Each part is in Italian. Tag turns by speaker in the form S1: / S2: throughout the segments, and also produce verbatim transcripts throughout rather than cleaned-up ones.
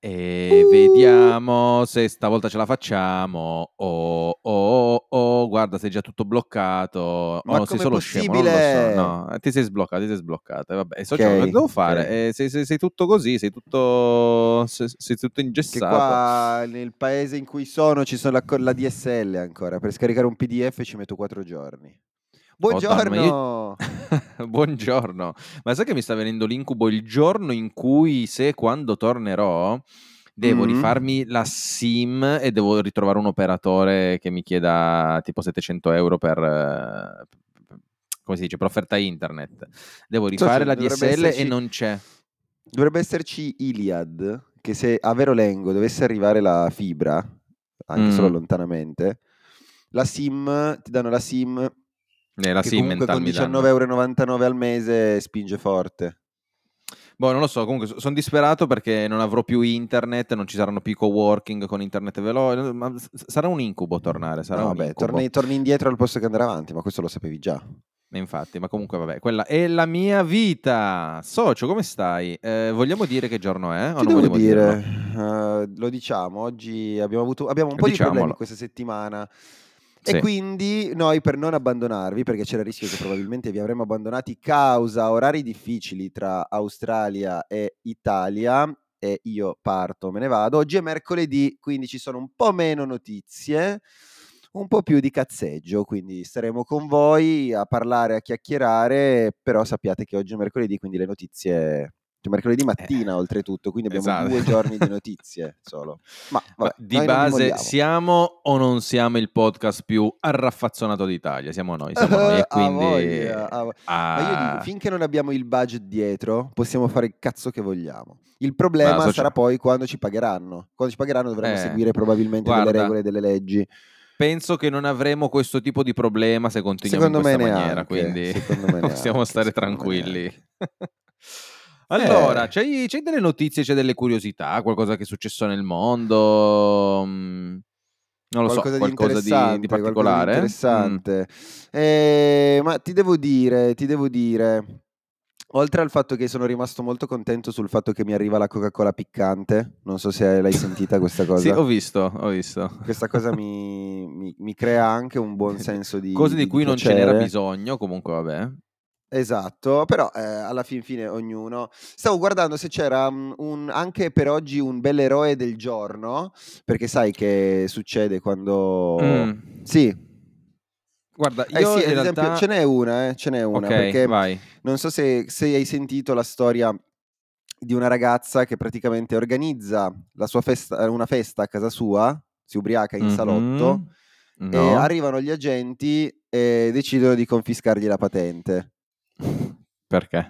S1: E
S2: Uh!
S1: vediamo se stavolta ce la facciamo. Oh, oh, oh, guarda, sei già tutto bloccato.
S2: Ma
S1: Oh, sei
S2: com'è
S1: solo scemo, non lo so.
S2: possibile?
S1: No, ti sei sbloccato, ti sei sbloccato. E vabbè, e social, cosa
S2: Ok,
S1: devo fare?
S2: ok.
S1: Eh, sei, sei- sei tutto così, sei tutto, sei, sei tutto
S2: Che
S1: ingessato.
S2: qua nel paese in cui sono ci sono la, co- la D S L ancora. Per scaricare un P D F ci metto quattro giorni.
S1: Oh, damn, ma io...
S2: Buongiorno!
S1: Buongiorno. Ma sai che mi sta venendo l'incubo il giorno in cui, se e quando tornerò, devo
S2: Mm.
S1: rifarmi la SIM e devo ritrovare un operatore che mi chieda tipo settecento euro per, eh, come si dice, per offerta internet. Devo rifare
S2: Socio,
S1: la
S2: dovrebbe
S1: D S L e
S2: esserci,
S1: non c'è.
S2: dovrebbe esserci Iliad, che se a Verolengo dovesse arrivare la fibra, anche solo
S1: Mm.
S2: lontanamente, la SIM, ti danno la SIM
S1: Eh, la
S2: che comunque
S1: Simmental
S2: con
S1: mi danno.
S2: diciannove virgola novantanove euro al mese spinge forte.
S1: Boh, non lo so, comunque sono disperato perché non avrò più internet, non ci saranno più coworking con internet veloce, ma s- sarà un incubo tornare, sarà
S2: No,
S1: un
S2: vabbè,
S1: incubo.
S2: torni, torni indietro al posto che andare avanti, ma questo lo sapevi già.
S1: E infatti, ma comunque vabbè, quella è la mia vita. Socio, come stai? Eh, vogliamo dire che giorno è o
S2: Ti
S1: non
S2: devo
S1: vogliamo dirlo?
S2: dire, eh, lo diciamo, oggi abbiamo avuto, abbiamo un po' di problemi
S1: Diciamolo.
S2: questa settimana e
S1: Sì.
S2: quindi noi per non abbandonarvi, perché c'era il rischio che probabilmente vi avremmo abbandonati causa orari difficili tra Australia e Italia e io parto, me ne vado. Oggi è mercoledì, quindi ci sono un po' meno notizie, un po' più di cazzeggio, quindi staremo con voi a parlare, a chiacchierare, però sappiate che oggi è mercoledì, quindi le notizie... Cioè, mercoledì
S1: Eh,
S2: mattina oltretutto, quindi abbiamo
S1: esatto.
S2: due giorni di notizie solo. Ma
S1: Ma
S2: vabbè,
S1: di
S2: noi non vi
S1: base
S2: molliamo.
S1: siamo o non siamo il podcast più arraffazzonato d'Italia? Siamo noi, siamo noi e
S2: Ha
S1: quindi...
S2: voglia, ha vo- Ma io dico,
S1: Ah,
S2: finché non abbiamo il budget dietro, possiamo fare il cazzo che vogliamo. Il
S1: ma
S2: problema
S1: socio...
S2: sarà poi quando ci pagheranno. Quando ci pagheranno dovremo
S1: Eh,
S2: seguire probabilmente delle
S1: guarda,
S2: regole e delle leggi.
S1: penso che non avremo questo tipo di problema se continuiamo in
S2: Secondo me
S1: questa maniera,
S2: neanche,
S1: quindi
S2: secondo me
S1: possiamo
S2: neanche,
S1: stare
S2: secondo me
S1: tranquilli.
S2: neanche.
S1: Allora,
S2: Eh,
S1: c'hai, c'hai delle notizie, c'è delle curiosità, qualcosa che è successo nel mondo? Mm, non lo so,
S2: qualcosa di
S1: qualcosa di, di
S2: interessante, qualcosa di
S1: particolare? Mm.
S2: interessante. Eh, ma ti devo dire, ti devo dire, oltre al fatto che sono rimasto molto contento sul fatto che mi arriva la Coca-Cola piccante, non so se l'hai sentita questa
S1: Sì,
S2: cosa.
S1: ho visto, ho visto.
S2: Questa cosa mi, mi- mi crea anche un buon senso
S1: Cose
S2: di,
S1: di
S2: di- di
S1: cui non ce n'era
S2: piacere.
S1: bisogno, comunque vabbè.
S2: Esatto, però eh, alla fin fine ognuno. Stavo guardando se c'era mm, un- anche per oggi un bell'eroe del giorno, perché sai che succede quando...
S1: Mm.
S2: Sì,
S1: Guarda,
S2: eh
S1: io
S2: sì,
S1: in
S2: ad esempio ce
S1: realtà...
S2: n'è una, eh, ce n'è una,
S1: Ok,
S2: perché
S1: vai.
S2: non so se, se hai sentito la storia di una ragazza che praticamente organizza la sua festa, una festa a casa sua, si ubriaca in salotto
S1: Mhm.
S2: e
S1: No.
S2: arrivano gli agenti e decidono di confiscargli la patente.
S1: Perché?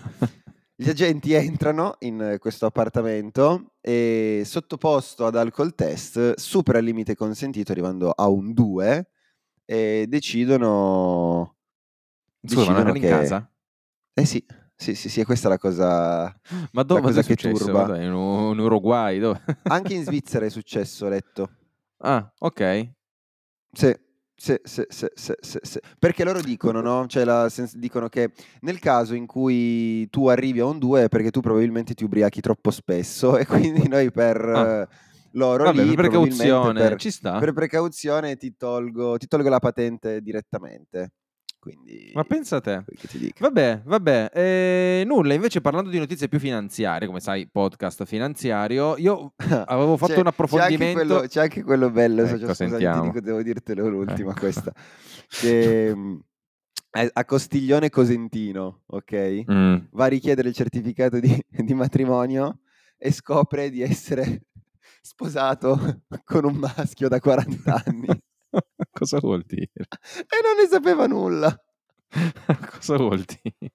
S2: Gli agenti entrano in questo appartamento e sottoposto ad alcol test supera il limite consentito arrivando a un due e decidono
S1: Scusa, ma non
S2: decidono
S1: era in
S2: che
S1: casa?
S2: eh sì, sì, sì, sì, e questa è la cosa
S1: Ma, do-
S2: la
S1: ma dove
S2: cosa
S1: è
S2: che
S1: successo? Ma
S2: turba.
S1: dov'è? In, U- in Uruguay? Dove?
S2: Anche in Svizzera è successo, ho letto.
S1: Ah, ok.
S2: Sì, sì, sì, sì, sì, sì, sì. Perché loro dicono, no? Cioè la sens- dicono che nel caso in cui tu arrivi a un due è perché tu probabilmente ti ubriachi troppo spesso e quindi noi per
S1: Ah,
S2: eh, loro
S1: vabbè, per
S2: lì probabilmente
S1: precauzione,
S2: per,
S1: ci sta.
S2: per precauzione ti tolgo, ti tolgo la patente direttamente.
S1: Ma
S2: Quindi,
S1: pensa a te.
S2: quel che ti dica.
S1: Vabbè, vabbè. Eh, nulla, invece parlando di notizie più finanziarie, come sai, podcast finanziario, io avevo fatto
S2: C'è,
S1: un
S2: c'è anche quello,
S1: approfondimento.
S2: c'è anche quello bello, socio,
S1: Ecco,
S2: scusami, ti dico,
S1: sentiamo.
S2: devo dirtelo l'ultima
S1: Ecco.
S2: questa, che mh, è a Costiglione Cosentino, ok?
S1: Mm.
S2: Va a richiedere il certificato di, di matrimonio e scopre di essere sposato con un maschio da quaranta anni
S1: Cosa vuol dire?
S2: e non ne sapeva nulla.
S1: Cosa vuol dire?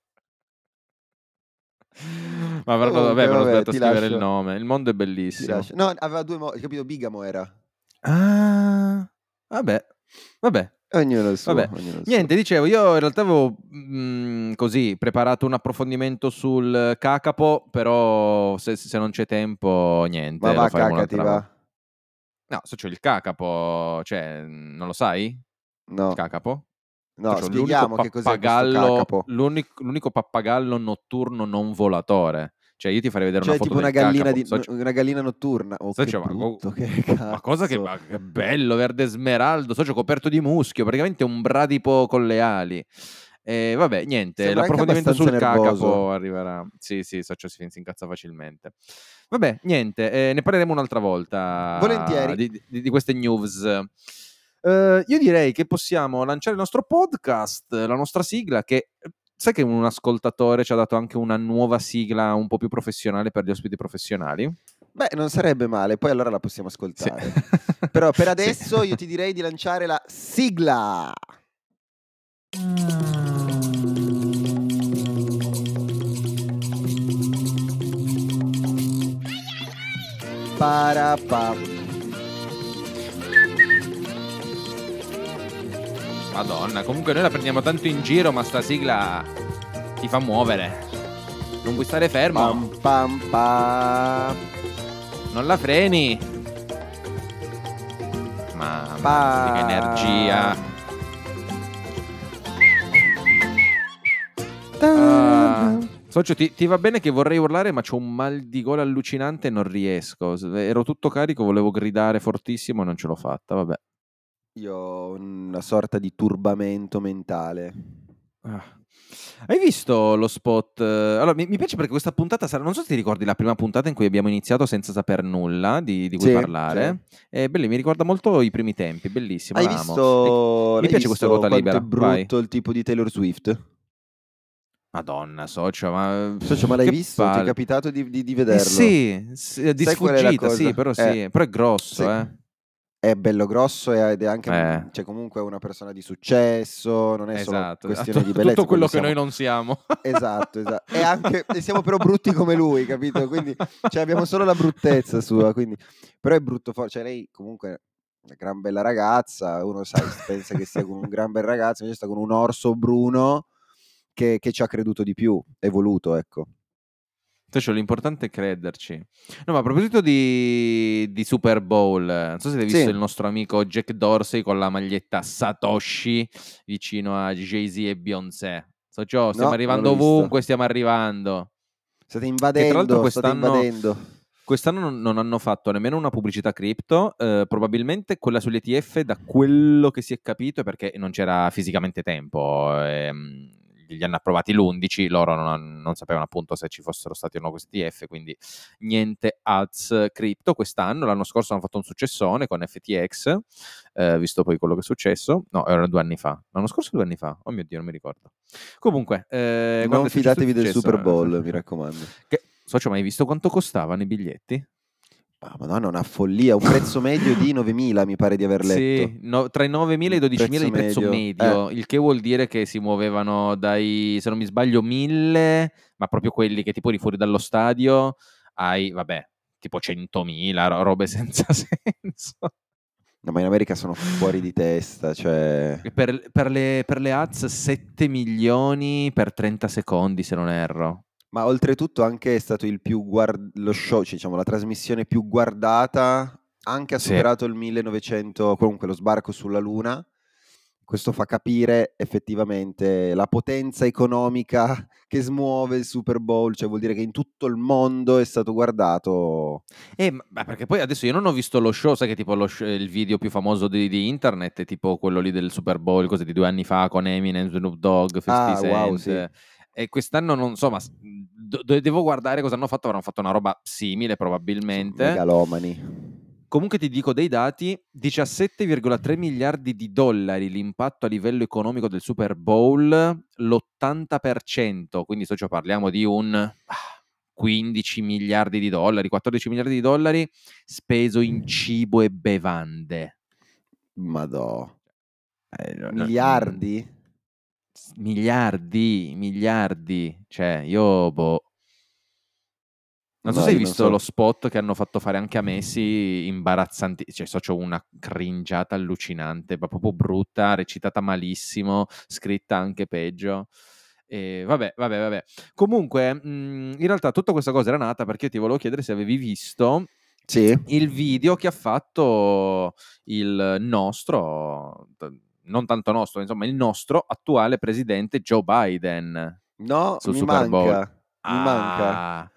S1: Ma avranno, vabbè,
S2: Comunque,
S1: avranno
S2: vabbè,
S1: sbagliato a
S2: ti
S1: scrivere il
S2: lascio,
S1: nome. Il mondo è
S2: ti
S1: bellissimo.
S2: lascio. No, aveva due mo- capito, bigamo era.
S1: Ah, vabbè, vabbè,
S2: Ognuno il suo,
S1: vabbè.
S2: ognuno il suo.
S1: Niente, dicevo, io in realtà avevo mm, così preparato un approfondimento sul Kakapo, però se, se non c'è tempo,
S2: Ma
S1: niente, lo
S2: va,
S1: faremo
S2: cacati,
S1: un'altra
S2: va.
S1: volta. No, se c'è il Kakapo, cioè, non lo sai? Il
S2: No.
S1: Kakapo?
S2: No,
S1: C'è l'unico
S2: spieghiamo che cos'è questo
S1: pappagallo,
S2: cacapo.
S1: l'unico, l'unico pappagallo notturno non volatore. Cioè io ti farei vedere
S2: Cioè
S1: una foto
S2: tipo una
S1: del
S2: gallina,
S1: cacapo,
S2: di,
S1: socio.
S2: una gallina notturna. Oh,
S1: Socio,
S2: che
S1: ma, co-
S2: brutto, che cazzo.
S1: ma cosa che, ma che bello, verde smeraldo, socio, coperto di muschio, praticamente un bradipo con le ali. E vabbè, niente,
S2: Sembra anche
S1: l'approfondimento
S2: abbastanza
S1: sul
S2: nervoso.
S1: cacapo arriverà. Sì, sì, socio si si incazza facilmente. Vabbè, niente, eh, ne parleremo un'altra volta
S2: Volentieri.
S1: di, di- di queste news. Eh, io direi che possiamo lanciare il nostro podcast, la nostra sigla, che sai che un ascoltatore ci ha dato anche una nuova sigla un po' più professionale per gli ospiti professionali?
S2: Beh, non sarebbe male, poi allora la possiamo
S1: Sì.
S2: ascoltare. Però per
S1: Sì.
S2: adesso io ti direi di lanciare la sigla. Parapam.
S1: Madonna, comunque noi la prendiamo tanto in giro, ma sta sigla ti fa muovere. Non puoi stare fermo.
S2: Pam pam pam.
S1: Non la freni. Mamma,
S2: Pam.
S1: che energia. Ah, socio, ti, ti va bene che vorrei urlare, ma c'ho un mal di gola allucinante e non riesco. Ero tutto carico, volevo gridare fortissimo e non ce l'ho fatta, vabbè.
S2: Io ho una sorta di turbamento mentale.
S1: Ah. Hai visto lo spot? Allora, mi, mi piace perché questa puntata sarà. Non so se ti ricordi la prima puntata in cui abbiamo iniziato senza saper nulla di, di cui
S2: Sì,
S1: parlare.
S2: sì.
S1: È bello, mi ricorda molto i primi tempi, bellissimo,
S2: Hai
S1: la amo. E
S2: visto,
S1: mi
S2: l'hai
S1: piace questa
S2: visto
S1: ruota
S2: quanto è
S1: libera, vai.
S2: brutto il tipo di Taylor Swift?
S1: Madonna, socio, ma
S2: Socio, ma l'hai
S1: che
S2: visto? Ti è
S1: palle.
S2: capitato di, di- di
S1: Eh
S2: vederlo?
S1: sì, sì, di
S2: Sai qual è la
S1: sfuggita, sì,
S2: cosa?
S1: però
S2: Eh,
S1: sì, però è grosso,
S2: sì.
S1: eh.
S2: È bello grosso e- ed è anche,
S1: Eh,
S2: mm, cioè comunque è una persona di successo, non è solo
S1: esatto,
S2: questione di
S1: esatto.
S2: bellezza,
S1: Tutto quello
S2: quello
S1: che
S2: siamo.
S1: noi non siamo.
S2: Esatto, esatto. E anche, e siamo però brutti come lui, capito? Quindi, cioè, abbiamo solo la bruttezza sua, quindi. Però è brutto, for- cioè lei comunque è una gran bella ragazza, uno sai, pensa che sia con un gran bel ragazzo, invece sta con un orso bruno che, che ci ha creduto di più, è voluto, ecco.
S1: Cioè, l'importante è crederci. No, ma a proposito di, di Super Bowl, non so se hai visto
S2: Sì,
S1: il nostro amico Jack Dorsey con la maglietta Satoshi vicino a Jay-Z e Beyoncé. So, ciò, stiamo
S2: no, non l'ho
S1: arrivando
S2: visto.
S1: ovunque, stiamo arrivando.
S2: State
S1: Che tra l'altro
S2: invadendo, state
S1: quest'anno,
S2: invadendo.
S1: quest'anno non, non hanno fatto nemmeno una pubblicità cripto, eh, probabilmente quella sugli E T F, da quello che si è capito, è perché non c'era fisicamente tempo. ehm, Li hanno approvati l'undici, loro non, non sapevano appunto se ci fossero stati o no questi E T F, quindi niente ads cripto quest'anno. L'anno scorso hanno fatto un successone con F T X, eh, visto poi quello che è successo. No, era due anni fa. L'anno scorso o due anni fa? Oh mio Dio, non mi ricordo. Comunque, eh,
S2: Non
S1: quando è successo il
S2: fidatevi del
S1: successo...
S2: Super Bowl, mi raccomando.
S1: Che, socio, ma hai visto quanto costavano i biglietti?
S2: Ah, Madonna, una follia, un prezzo medio di novemila mi pare di aver letto.
S1: Sì, no, tra i novemila e i
S2: Un
S1: dodicimila
S2: prezzo
S1: di prezzo
S2: medio.
S1: medio,
S2: Eh,
S1: il che vuol dire che si muovevano dai, se non mi sbaglio, mille, ma proprio quelli che tipo eri fuori dallo stadio, ai, vabbè, tipo centomila, ro- robe senza senso.
S2: no, ma in America sono fuori di testa, cioè.
S1: E per, per le, per le ads sette milioni per trenta secondi, se non erro.
S2: Ma oltretutto anche è stato il più guard- lo show, cioè, diciamo, la trasmissione più guardata, anche ha
S1: Sì.
S2: superato il millenovecento, comunque lo sbarco sulla Luna. Questo fa capire effettivamente la potenza economica che smuove il Super Bowl, cioè vuol dire che in tutto il mondo è stato guardato.
S1: Eh, ma ma perché poi adesso io non ho visto lo show, sai che tipo lo show- il video più famoso di, di internet è tipo quello lì del Super Bowl, cose di due anni fa con Eminem, Snoop Dogg, fifty
S2: Ah, wow,
S1: Cent.
S2: sì.
S1: eh, E quest'anno non so, ma s- do- do- devo guardare cosa hanno fatto. Avranno fatto una roba simile
S2: Sono
S1: probabilmente.
S2: megalomani.
S1: Comunque ti dico dei dati: diciassette virgola tre miliardi di dollari l'impatto a livello economico del Super Bowl, l'ottanta per cento, quindi socio parliamo di un ah, quindici miliardi di dollari, quattordici miliardi di dollari speso in cibo e bevande.
S2: Madò.
S1: Eh, no- no- mm,
S2: Miliardi?
S1: miliardi, miliardi, cioè io boh. Non so
S2: No,
S1: se hai
S2: io non
S1: visto lo
S2: so.
S1: spot che hanno fatto fare anche a Messi, imbarazzanti, cioè so, c'ho una cringiata allucinante, ma proprio brutta, recitata malissimo, scritta anche peggio. E vabbè, vabbè, vabbè. Comunque, mh, in realtà tutta questa cosa era nata perché io ti volevo chiedere se avevi visto
S2: Sì?
S1: il video che ha fatto il nostro, non tanto nostro, insomma, il nostro attuale presidente Joe Biden
S2: No,
S1: sul
S2: mi
S1: Super Bowl.
S2: manca. Mi manca.
S1: Ah,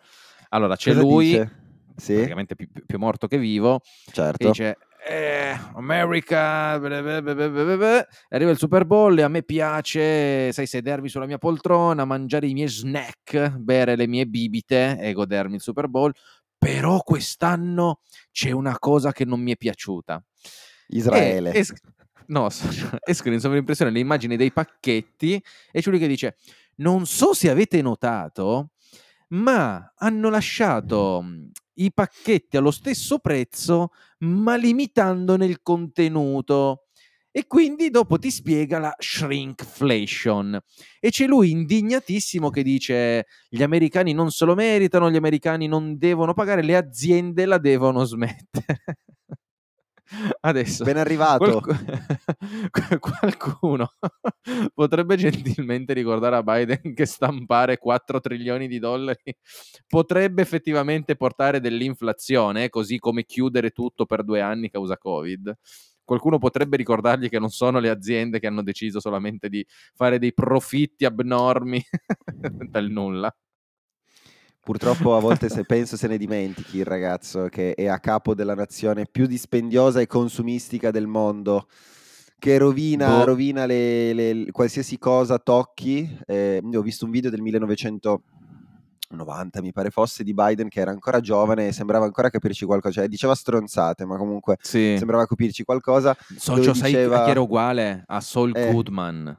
S1: Allora, c'è
S2: Cosa
S1: lui,
S2: dice? Sì,
S1: praticamente più, più- più morto che vivo, che
S2: certo.
S1: dice eh, America, blah, blah, blah, blah, blah, blah. Arriva il Super Bowl e a me piace, sai, sedermi sulla mia poltrona, mangiare i miei snack, bere le mie bibite e godermi il Super Bowl, però quest'anno c'è una cosa che non mi è piaciuta. E
S2: Israele.
S1: es- no, escono in sovraimpressione le immagini dei pacchetti e c'è lui che dice non so se avete notato, ma hanno lasciato mh, i pacchetti allo stesso prezzo, ma limitandone il contenuto. E quindi dopo ti spiega la shrinkflation. E c'è lui indignatissimo che dice gli americani non se lo meritano, gli americani non devono pagare, le aziende la devono smettere. Adesso
S2: Ben arrivato.
S1: qualcu- qualcuno potrebbe gentilmente ricordare a Biden che stampare quattro trilioni di dollari potrebbe effettivamente portare dell'inflazione, così come chiudere tutto per due anni causa Covid. Qualcuno potrebbe ricordargli che non sono le aziende che hanno deciso solamente di fare dei profitti abnormi dal nulla.
S2: Purtroppo a volte se penso se ne dimentichi il ragazzo che è a capo della nazione più dispendiosa e consumistica del mondo, che rovina,
S1: Boh.
S2: rovina le, le- qualsiasi cosa tocchi. Eh, io ho visto un video del millenovecentonovanta, mi pare fosse, di Biden che era ancora giovane e sembrava ancora capirci qualcosa, cioè diceva stronzate, ma comunque
S1: Sì.
S2: sembrava capirci qualcosa, dove
S1: Socio, sai a chi
S2: diceva...
S1: era uguale? A Saul
S2: Eh.
S1: Goodman.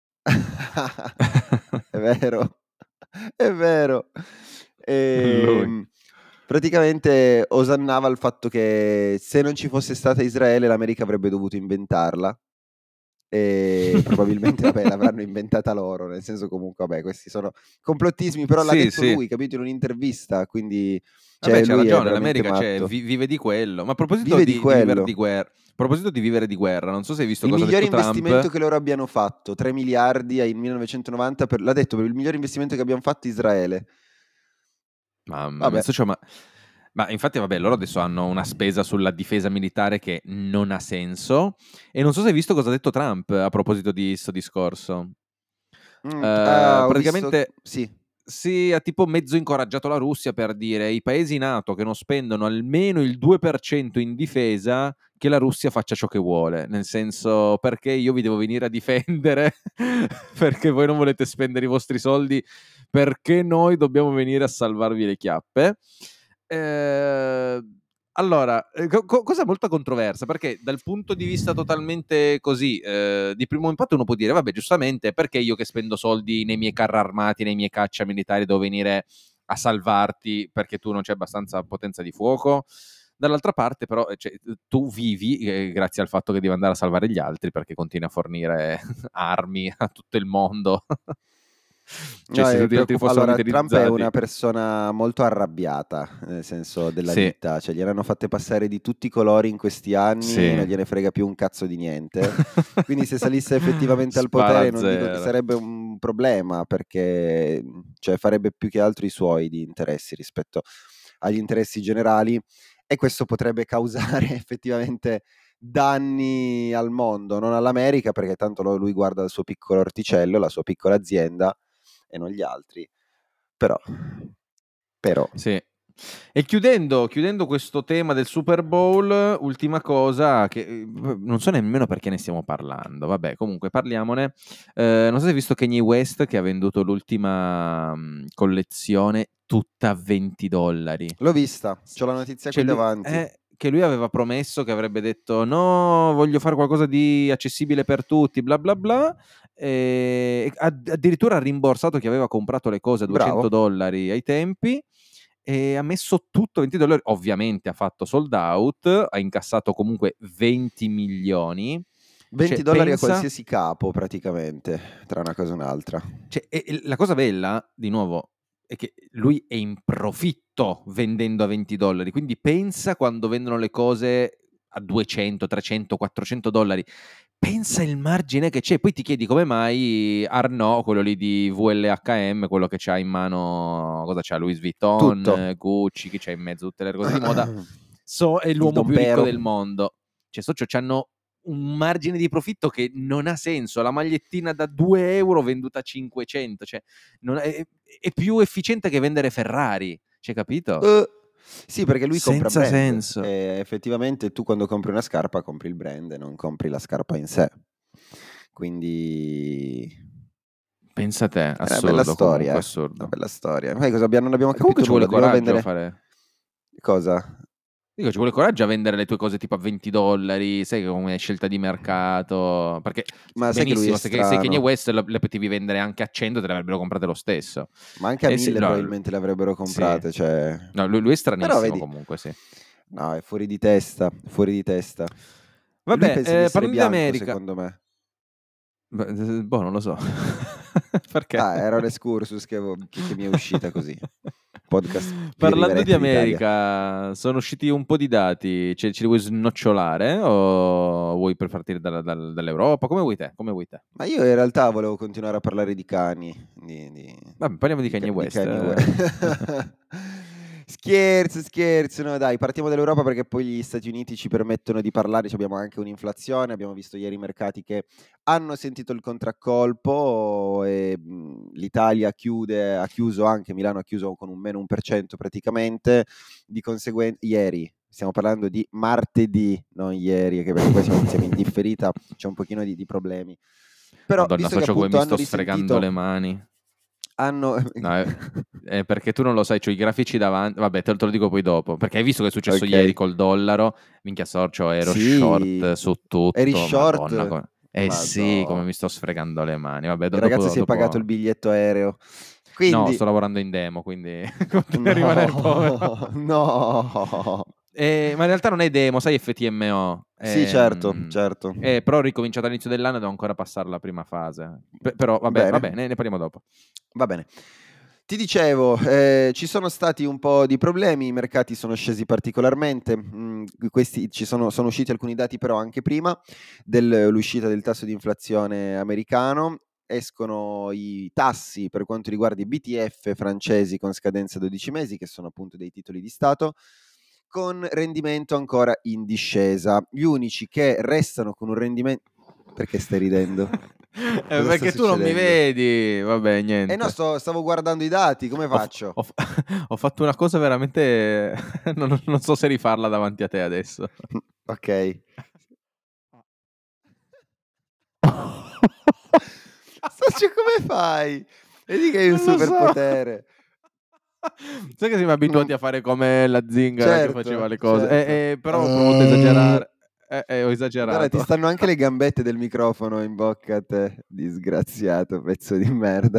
S2: È vero, è vero.
S1: Lui.
S2: Ehm, praticamente osannava il fatto che se non ci fosse stata Israele, l'America avrebbe dovuto inventarla. E probabilmente, vabbè, l'avranno inventata loro, nel senso, comunque, vabbè, questi sono complottismi, però l'ha
S1: Sì,
S2: detto
S1: sì.
S2: lui, capito, in un'intervista, quindi
S1: Vabbè,
S2: cioè,
S1: c'ha
S2: lui è
S1: ragione,
S2: veramente
S1: l'America c'è,
S2: matto.
S1: vi- vive di quello. Ma a proposito
S2: Vive di
S1: di, di vivere
S2: quello.
S1: di guerra, a proposito di vivere di guerra, non so se hai visto
S2: Il
S1: cosa ha
S2: migliore
S1: detto
S2: investimento
S1: Trump.
S2: che loro abbiano fatto, tre miliardi nel millenovecentonovanta, per, l'ha detto, per il migliore investimento che abbiamo fatto Israele.
S1: Mamma mia,
S2: Vabbè,
S1: socio, ma, ma infatti, vabbè, loro adesso hanno una spesa sulla difesa militare che non ha senso. E non so se hai visto cosa ha detto Trump a proposito di questo discorso.
S2: Mm,
S1: Eh,
S2: ah, ho visto,
S1: praticamente
S2: sì,
S1: si ha tipo mezzo incoraggiato la Russia per dire i paesi NATO che non spendono almeno il due per cento in difesa, che la Russia faccia ciò che vuole, nel senso, perché io vi devo venire a difendere perché voi non volete spendere i vostri soldi, perché noi dobbiamo venire a salvarvi le chiappe. Eh, allora, eh, co- co- cosa molto controversa, perché dal punto di vista totalmente così, eh, di primo impatto uno può dire, vabbè, giustamente, perché io che spendo soldi nei miei carri armati, nei miei caccia militari, devo venire a salvarti perché tu non c'è abbastanza potenza di fuoco? Dall'altra parte, però, eh, cioè, tu vivi eh, grazie al fatto che devi andare a salvare gli altri perché continui a fornire armi a tutto il mondo. Cioè,
S2: no,
S1: se
S2: è
S1: tutti gli altri
S2: preoccup-
S1: fossero
S2: allora, Trump è
S1: militarizzati,
S2: una persona molto arrabbiata, nel senso della
S1: sì,
S2: vita, cioè gliene hanno fatte passare di tutti i colori in questi anni, non
S1: sì.
S2: gliene frega più un cazzo di niente. Quindi se salisse effettivamente al potere non dico che
S1: Sparazzer.
S2: sarebbe un problema, perché cioè, farebbe più che altro i suoi di interessi rispetto agli interessi generali, e questo potrebbe causare effettivamente danni al mondo, non all'America, perché tanto lo- lui guarda il suo piccolo orticello, la sua piccola azienda e non gli altri. Però, però,
S1: Sì. E chiudendo, chiudendo questo tema del Super Bowl, ultima cosa che eh, non so nemmeno perché ne stiamo parlando. Vabbè, comunque parliamone. Eh, non so se hai visto Kanye West che ha venduto l'ultima mh, collezione tutta a venti dollari.
S2: l'ho vista, c'ho la notizia qui
S1: Cioè lui,
S2: davanti.
S1: eh, che lui aveva promesso che avrebbe detto no, voglio fare qualcosa di accessibile per tutti, bla bla bla. E add- addirittura ha rimborsato chi aveva comprato le cose a duecento
S2: Bravo.
S1: dollari ai tempi e ha messo tutto a venti dollari. Ovviamente ha fatto sold out, ha incassato comunque venti milioni.
S2: venti
S1: Cioè,
S2: dollari a
S1: pensa,
S2: qualsiasi capo praticamente, tra una cosa e un'altra.
S1: cioè, e- e la cosa bella, di nuovo, è che lui è in profitto vendendo a venti dollari. Quindi pensa quando vendono le cose a duecento, trecento, quattrocento dollari. Pensa il margine che c'è. Poi ti chiedi come mai Arnaud, quello lì di V L H M, quello che c'ha in mano, cosa c'ha? Louis Vuitton,
S2: Tutto.
S1: eh, Gucci, che c'ha in mezzo tutte le cose di moda, so, è
S2: Il
S1: l'uomo più ricco
S2: dompero.
S1: del mondo. Cioè, socio, c'hanno un margine di profitto che non ha senso. La magliettina da due euro venduta a cinquecento, cioè non è, è più efficiente che vendere Ferrari. C'hai capito?
S2: Uh, sì, perché lui
S1: Senza
S2: compra brand.
S1: senso.
S2: E effettivamente tu quando compri una scarpa compri il brand e non compri la scarpa in sé. Quindi
S1: Pensa te,
S2: è una bella
S1: assurdo
S2: storia,
S1: comunque,
S2: eh. Una
S1: assurdo.
S2: bella storia. Noi cosa abbiamo, non abbiamo
S1: E comunque
S2: capito
S1: ci vuole
S2: nulla. Dobbiamo
S1: coraggio a
S2: vendere
S1: fare...
S2: cosa?
S1: Dico, ci vuole coraggio a vendere le tue cose tipo a venti dollari, sai, come scelta di mercato, perché
S2: Ma sai che lui è
S1: benissimo, se sei Kanye
S2: strano?
S1: West le, le potevi vendere anche a cento, te le avrebbero comprate lo stesso.
S2: Ma anche a
S1: E se,
S2: mille
S1: no,
S2: probabilmente le avrebbero
S1: sì.
S2: comprate, cioè...
S1: No, lui, lui è
S2: Però
S1: stranissimo
S2: vedi,
S1: comunque, sì.
S2: no, è fuori di testa, fuori di testa. Lui
S1: Vabbè,
S2: pensa di
S1: eh,
S2: essere
S1: parlando di
S2: bianco,
S1: America...
S2: secondo me.
S1: Beh, boh, non lo so. Perché?
S2: Ah, era un excursus che, avevo- che- che mi è uscita così. Podcast più
S1: Parlando di
S2: irriverente d'Italia.
S1: America, sono usciti un po' di dati. Ce, ce li vuoi snocciolare o vuoi per partire dalla- dal- dall'Europa? Come vuoi te? Come vuoi te?
S2: Ma io in realtà volevo continuare a parlare di cani, di, di,
S1: Vabbè, parliamo di
S2: di,
S1: Kanye
S2: ca- di
S1: West.
S2: Kanye
S1: eh.
S2: West. Scherzo, scherzo, no dai, partiamo dall'Europa perché poi gli Stati Uniti ci permettono di parlare, ci abbiamo anche un'inflazione, abbiamo visto ieri i mercati che hanno sentito il contraccolpo e mh, l'Italia chiude, ha chiuso anche, Milano ha chiuso con un meno uno per cento praticamente, di conseguenza, ieri, stiamo parlando di martedì, non ieri, che perché poi siamo, siamo in differita, c'è un pochino di, di problemi. Però
S1: Madonna,
S2: visto che
S1: socio, come
S2: appunto
S1: mi
S2: hanno
S1: sto sfregando
S2: risentito,
S1: le mani.
S2: hanno...
S1: No, è, è perché tu non lo sai, c'ho i grafici davanti. Vabbè, te, te lo dico poi dopo. Perché hai visto che è successo
S2: Ok,
S1: ieri col dollaro? Minchia sorcio, ero
S2: sì,
S1: short su
S2: eri
S1: tutto. Madonna.
S2: short?
S1: come- Eh sì, come
S2: Madò.
S1: mi sto sfregando le mani. Vabbè,
S2: Il
S1: do-
S2: ragazzo
S1: dopo,
S2: si è pagato il
S1: dopo...
S2: biglietto aereo.
S1: No,
S2: Quindi,
S1: sto lavorando in demo, quindi continui a rimanere povero.
S2: no, no.
S1: Eh, ma in realtà non è demo, sai F T M O.
S2: Sì, certo,
S1: Ehm,
S2: certo.
S1: eh, però ho ricominciato all'inizio dell'anno e devo ancora passare la prima fase. Pe- però vabbè,
S2: Bene,
S1: vabbè, ne, ne parliamo dopo.
S2: va bene. Ti dicevo, eh, ci sono stati un po' di problemi, i mercati sono scesi particolarmente, mm, questi, ci sono, sono usciti alcuni dati però anche prima dell'uscita del tasso di inflazione americano, escono i tassi per quanto riguarda i B T F francesi con scadenza dodici mesi, che sono appunto dei titoli di Stato, con rendimento ancora in discesa. Gli unici che restano con un rendimento... Perché stai ridendo?
S1: Eh,
S2: Cosa sta
S1: perché tu non mi
S2: succedendo?
S1: vedi. Vabbè,
S2: Eh no,
S1: niente.
S2: sto- stavo guardando i dati, come
S1: Ho, f-
S2: faccio?
S1: ho f- ho fatto una cosa veramente... non, non so se rifarla davanti a te adesso.
S2: Ok. Socio, come fai? Vedi che hai un
S1: Non lo so.
S2: superpotere.
S1: Sai che siamo abituati
S2: Non-
S1: a fare come la zingara che faceva
S2: Certo,
S1: le cose.
S2: certo.
S1: Eh, eh, però ho provato a esagerare. Eh, eh, ho
S2: Guarda, ti
S1: esagerato.
S2: stanno anche le gambette del microfono in bocca a te, disgraziato pezzo di merda.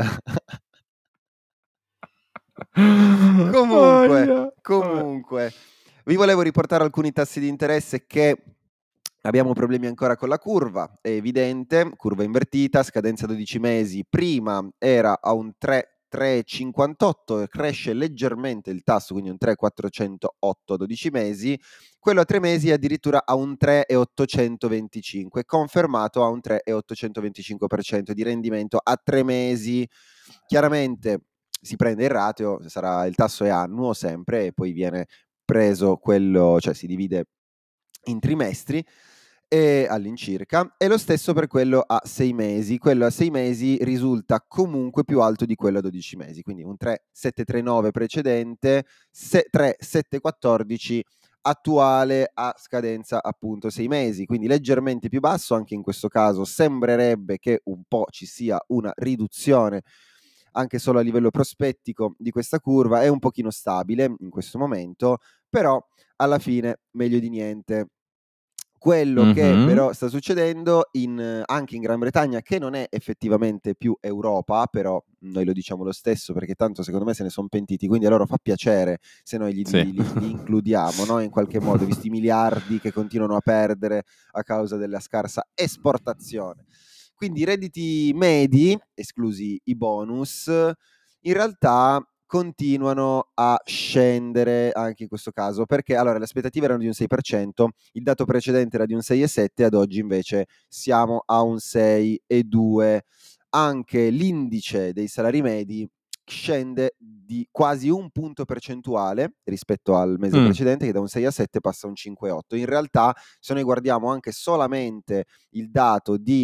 S2: Comunque,
S1: Aia. Vabbè.
S2: comunque, vi volevo riportare alcuni tassi di interesse che abbiamo problemi ancora con la curva, è evidente, curva invertita, scadenza dodici mesi, prima era a un tre virgola cinquantotto, cresce leggermente il tasso, quindi un tre virgola quattrocentotto a dodici mesi, quello a tre mesi è addirittura a un tre virgola ottocentoventicinque, confermato a un tre virgola ottocentoventicinque per cento di rendimento a tre mesi. Chiaramente si prende il ratio, sarà, il tasso è annuo sempre e poi viene preso quello, cioè si divide in trimestri e all'incirca, e lo stesso per quello a sei mesi. Quello a sei mesi risulta comunque più alto di quello a dodici mesi, quindi un tre virgola settecentotrentanove precedente, tre virgola settecentoquattordici attuale a scadenza appunto sei mesi, quindi leggermente più basso. Anche in questo caso sembrerebbe che un po' ci sia una riduzione anche solo a livello prospettico di questa curva, è un pochino stabile in questo momento, però alla fine meglio di niente. Quello che
S1: Mhm.
S2: però sta succedendo in, anche in Gran Bretagna, che non è effettivamente più Europa, però noi lo diciamo lo stesso perché tanto secondo me se ne sono pentiti, quindi a loro fa piacere se noi gli,
S1: Sì.
S2: li, li includiamo, no? In qualche modo, visti i miliardi che continuano a perdere a causa della scarsa esportazione. Quindi i redditi medi, esclusi i bonus, in realtà continuano a scendere anche in questo caso, perché allora le aspettative erano di un sei per cento, il dato precedente era di un sei virgola sette, ad oggi invece siamo a un sei virgola due. Anche l'indice dei salari medi scende di quasi un punto percentuale rispetto al mese
S1: Mm.
S2: precedente, che da un sei virgola sette passa a un cinque virgola otto. In realtà, se noi guardiamo anche solamente il dato di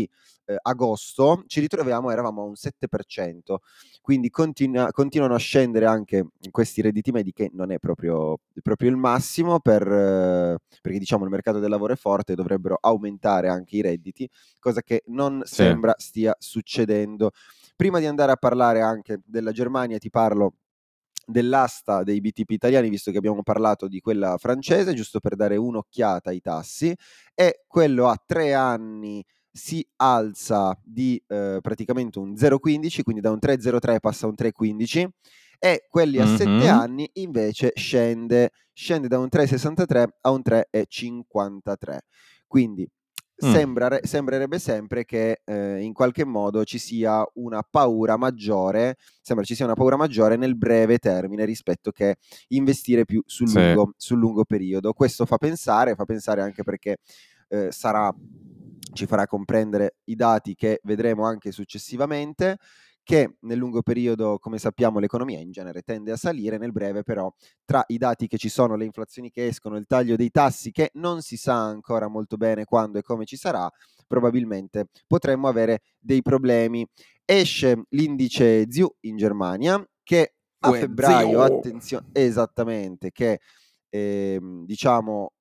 S2: eh, agosto ci ritroviamo, eravamo a un sette per cento, quindi continua, continuano a scendere anche questi redditi medi, che non è proprio, proprio il massimo, per, eh, perché diciamo il mercato del lavoro è forte, dovrebbero aumentare anche i redditi, cosa che non
S1: Sì.
S2: sembra stia succedendo. Prima di andare a parlare anche della Germania, ti parlo dell'asta dei B T P italiani, visto che abbiamo parlato di quella francese, giusto per dare un'occhiata ai tassi, e quello a tre anni si alza di eh, praticamente un zero virgola quindici, quindi da un tre virgola zero tre passa a un tre virgola quindici, e quelli a sette
S1: Mhm.
S2: anni invece scende, scende da un tre virgola sessantatré a un tre virgola cinquantatré. Quindi
S1: Mm.
S2: Sembra, sembrerebbe sempre che eh, in qualche modo ci sia una paura maggiore, sembra ci sia una paura maggiore nel breve termine rispetto che investire più sul,
S1: Sì.
S2: lungo, sul lungo periodo. Questo fa pensare, fa pensare anche perché eh, sarà, ci farà comprendere i dati che vedremo anche successivamente, che nel lungo periodo, come sappiamo, l'economia in genere tende a salire, nel breve però, tra i dati che ci sono, le inflazioni che escono, il taglio dei tassi che non si sa ancora molto bene quando e come ci sarà, probabilmente potremmo avere dei problemi. Esce l'indice Z I U in Germania, che a
S1: Ue,
S2: febbraio,
S1: zio.
S2: attenzione, esattamente, che ehm, diciamo,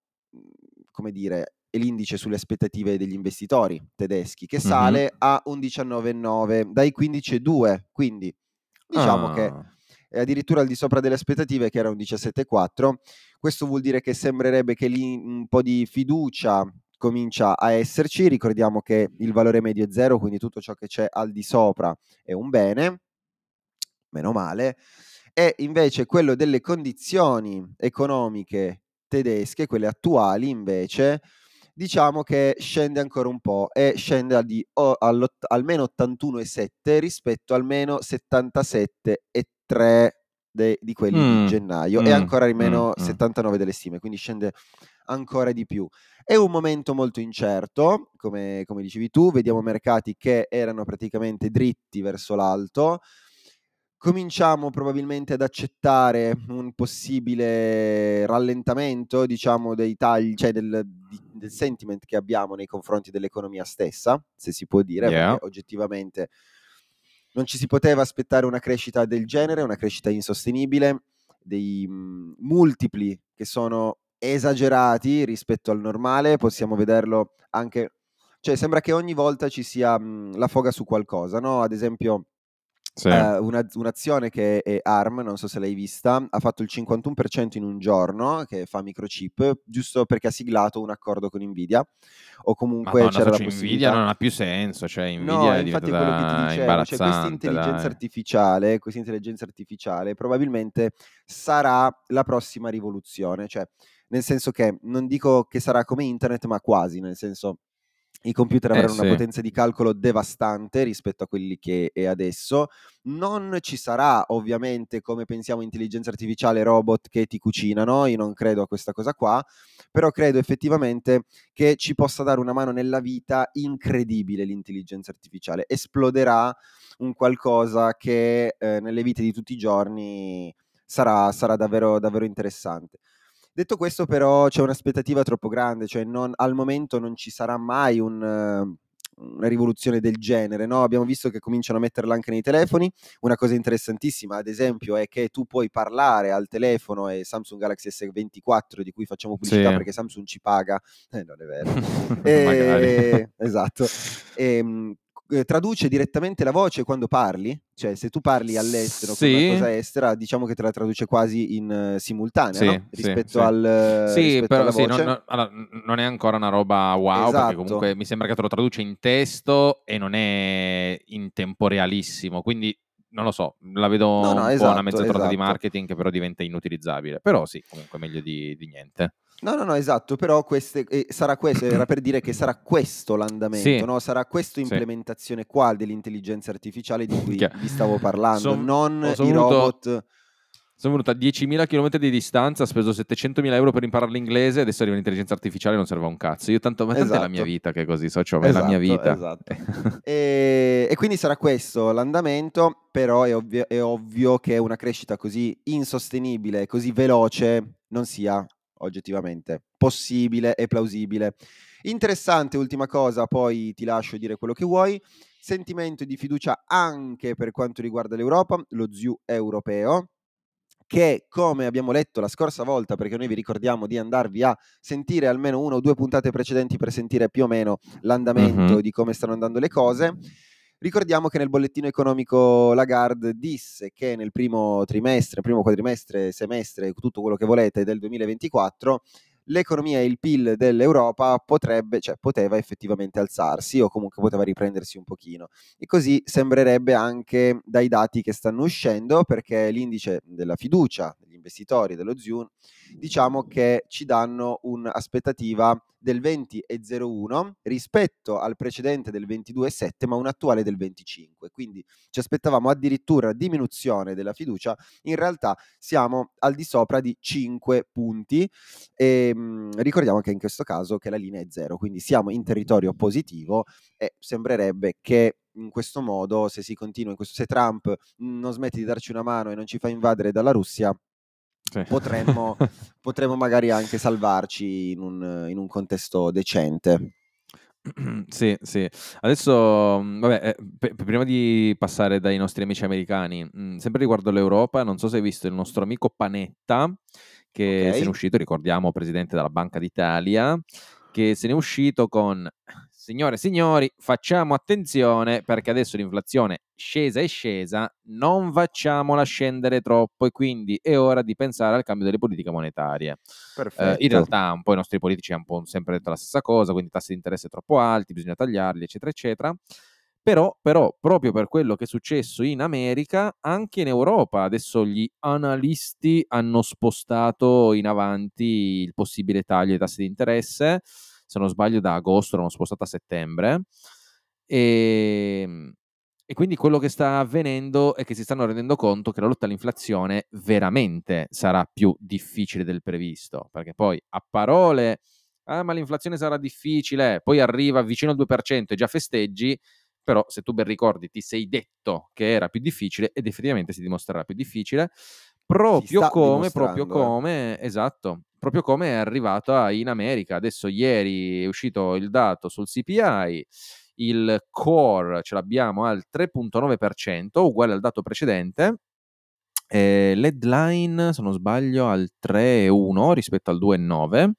S2: come dire, è l'indice sulle aspettative degli investitori tedeschi, che sale
S1: Mhm.
S2: a un diciannove virgola nove dai quindici virgola due, quindi diciamo che
S1: Ah.
S2: è addirittura al di sopra delle aspettative, che era un diciassette virgola quattro. Questo vuol dire che sembrerebbe che lì un po' di fiducia comincia a esserci. Ricordiamo che il valore medio è zero, quindi tutto ciò che c'è al di sopra è un bene, meno male. E invece quello delle condizioni economiche tedesche, quelle attuali invece, diciamo che scende ancora un po', e scende a di, o, almeno ottantuno virgola sette rispetto almeno settantasette virgola tre de, di quelli di
S1: Mm.
S2: gennaio, e
S1: Mm.
S2: ancora
S1: Mm.
S2: almeno
S1: Mm.
S2: settantanove delle stime, quindi scende ancora di più. È un momento molto incerto, come, come dicevi tu, vediamo mercati che erano praticamente dritti verso l'alto. Cominciamo probabilmente ad accettare un possibile rallentamento, diciamo, dei tagli, cioè del, di, del sentiment che abbiamo nei confronti dell'economia stessa, se si può dire, perché
S1: Yeah.
S2: oggettivamente non ci si poteva aspettare una crescita del genere, una crescita insostenibile, dei mh, multipli che sono esagerati rispetto al normale. Possiamo vederlo anche, cioè sembra che ogni volta ci sia mh, la foga su qualcosa, no? Ad esempio,
S1: Sì.
S2: eh, una, un'azione che è A R M, non so se l'hai vista, ha fatto il cinquantuno per cento in un giorno, che fa microchip, giusto perché ha siglato un accordo con Nvidia, o comunque
S1: Madonna,
S2: c'era
S1: so,
S2: la
S1: c'è Nvidia
S2: possibilità.
S1: non ha più senso, cioè
S2: No,
S1: Nvidia
S2: e
S1: è
S2: infatti è quello che ti
S1: diventata
S2: dicevo, cioè questa
S1: imbarazzante,
S2: intelligenza
S1: dai.
S2: artificiale, questa intelligenza artificiale probabilmente sarà la prossima rivoluzione, cioè nel senso che non dico che sarà come internet, ma quasi, nel senso i computer
S1: Eh
S2: avranno una
S1: sì.
S2: potenza di calcolo devastante rispetto a quelli che è adesso. Non ci sarà ovviamente, come pensiamo, intelligenza artificiale, robot che ti cucinano, io non credo a questa cosa qua, però credo effettivamente che ci possa dare una mano nella vita incredibile l'intelligenza artificiale. Esploderà un qualcosa che eh, nelle vite di tutti i giorni sarà, sarà davvero, davvero interessante. Detto questo, però, c'è un'aspettativa troppo grande, cioè non, al momento non ci sarà mai un, uh, una rivoluzione del genere, no? Abbiamo visto che cominciano a metterla anche nei telefoni. Una cosa interessantissima, ad esempio, è che tu puoi parlare al telefono, e Samsung Galaxy S ventiquattro, di cui facciamo pubblicità
S1: Sì.
S2: perché Samsung ci paga, eh, non è vero,
S1: Magari.
S2: e, esatto, e, traduce direttamente la voce quando parli, cioè se tu parli all'estero con una
S1: Sì.
S2: cosa estera, diciamo che te la traduce quasi in uh, simultanea,
S1: Sì,
S2: no?
S1: sì,
S2: Rispetto,
S1: sì.
S2: al,
S1: Sì,
S2: rispetto
S1: però
S2: alla
S1: sì, non,
S2: voce.
S1: non- allora, n- non è ancora una roba wow, perché
S2: Esatto.
S1: comunque mi sembra che te lo traduce in testo e non è in tempo realissimo, quindi non lo so, la vedo
S2: No, no,
S1: un po' una
S2: esatto,
S1: mezza torta di
S2: esatto.
S1: marketing che però diventa inutilizzabile. Però sì, comunque meglio di, di niente.
S2: No, no, no, esatto, però queste, eh, sarà questo, era per dire che sarà questo l'andamento,
S1: Sì,
S2: no? Sarà questa
S1: sì.
S2: implementazione qua dell'intelligenza artificiale di cui
S1: Minchia.
S2: vi stavo parlando,
S1: Son-
S2: non
S1: ho- sono
S2: i
S1: venuto,
S2: robot.
S1: sono venuto a diecimila chilometri di distanza, ho speso settecentomila euro per imparare l'inglese, adesso arriva l'intelligenza artificiale e non serve a un cazzo. Io tanto, ma tanta è la mia
S2: Esatto.
S1: vita che è così, socio, ma è la mia
S2: Esatto,
S1: vita.
S2: esatto. E, e quindi sarà questo l'andamento, però è ovvio, è ovvio che una crescita così insostenibile, così veloce, non sia oggettivamente possibile e plausibile. Interessante, ultima cosa, poi ti lascio dire quello che vuoi. Sentimento di fiducia anche per quanto riguarda l'Europa, lo Z U europeo, che come abbiamo letto la scorsa volta, perché noi vi ricordiamo di andarvi a sentire almeno una o due puntate precedenti per sentire più o meno l'andamento
S1: Mhm.
S2: di come stanno andando le cose. Ricordiamo che nel bollettino economico Lagarde disse che nel primo trimestre, primo quadrimestre, semestre, tutto quello che volete del duemilaventiquattro, l'economia e il P I L dell'Europa potrebbe, cioè poteva effettivamente alzarsi o comunque poteva riprendersi un pochino. E così sembrerebbe anche dai dati che stanno uscendo, perché l'indice della fiducia degli investitori dello Z U N, diciamo che ci danno un'aspettativa del venti virgola zero uno rispetto al precedente del ventidue virgola sette, ma un attuale del venticinque. Quindi ci aspettavamo addirittura diminuzione della fiducia, in realtà siamo al di sopra di cinque punti e mh, ricordiamo che in questo caso che la linea è zero, quindi siamo in territorio positivo e sembrerebbe che in questo modo, se si continua in questo, se Trump non smette di darci una mano e non ci fa invadere dalla Russia,
S1: Sì.
S2: potremmo, potremmo magari anche salvarci in un, in un contesto decente.
S1: Sì, sì. Adesso, mh, vabbè, eh, p- prima di passare dai nostri amici americani, mh, sempre riguardo l'Europa, non so se hai visto il nostro amico Panetta, che se n'è
S2: Ok?
S1: uscito, ricordiamo, presidente della Banca d'Italia, che se n'è uscito con, signore e signori, facciamo attenzione perché adesso l'inflazione scesa e scesa, non facciamola scendere troppo e quindi è ora di pensare al cambio delle politiche monetarie. Eh, in
S2: Perfetto.
S1: realtà un po' i nostri politici hanno un po' sempre detto la stessa cosa, quindi tassi di interesse troppo alti, bisogna tagliarli, eccetera, eccetera. Però, però, proprio per quello che è successo in America, anche in Europa, adesso gli analisti hanno spostato in avanti il possibile taglio dei tassi di interesse, se non sbaglio da agosto l'hanno spostato a settembre, e, e quindi quello che sta avvenendo è che si stanno rendendo conto che la lotta all'inflazione veramente sarà più difficile del previsto, perché poi a parole, ah, ma l'inflazione sarà difficile, poi arriva vicino al due per cento e già festeggi, però se tu ben ricordi ti sei detto che era più difficile ed effettivamente si dimostrerà più difficile,
S2: Si
S1: proprio
S2: sta
S1: come, proprio
S2: dimostrando, eh.
S1: come, esatto, proprio come è arrivata in America. Adesso ieri è uscito il dato sul C P I, il core ce l'abbiamo al tre virgola nove per cento, uguale al dato precedente, eh, l'headline, se non sbaglio, al tre virgola uno rispetto al due virgola nove,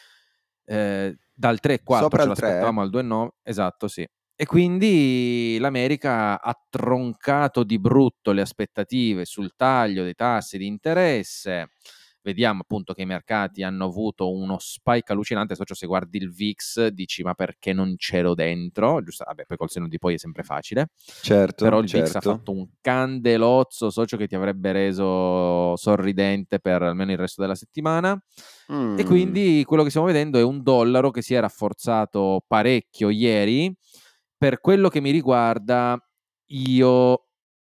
S1: eh, dal tre virgola quattro
S2: Sopra
S1: ce
S2: il tre, eh?
S1: l'aspettavamo al due virgola nove, esatto, sì. E quindi l'America ha troncato di brutto le aspettative sul taglio dei tassi di interesse. Vediamo appunto che i mercati hanno avuto uno spike allucinante. Socio, se guardi il V I X dici ma perché non c'ero dentro? Giusto, vabbè, poi col senno di poi è sempre facile. Però
S2: Certo,
S1: il V I X ha
S2: certo.
S1: fatto un candelozzo, socio, che ti avrebbe reso sorridente per almeno il resto della settimana. E
S2: Mm.
S1: quindi quello che stiamo vedendo è un dollaro che si è rafforzato parecchio ieri. Per quello che mi riguarda, io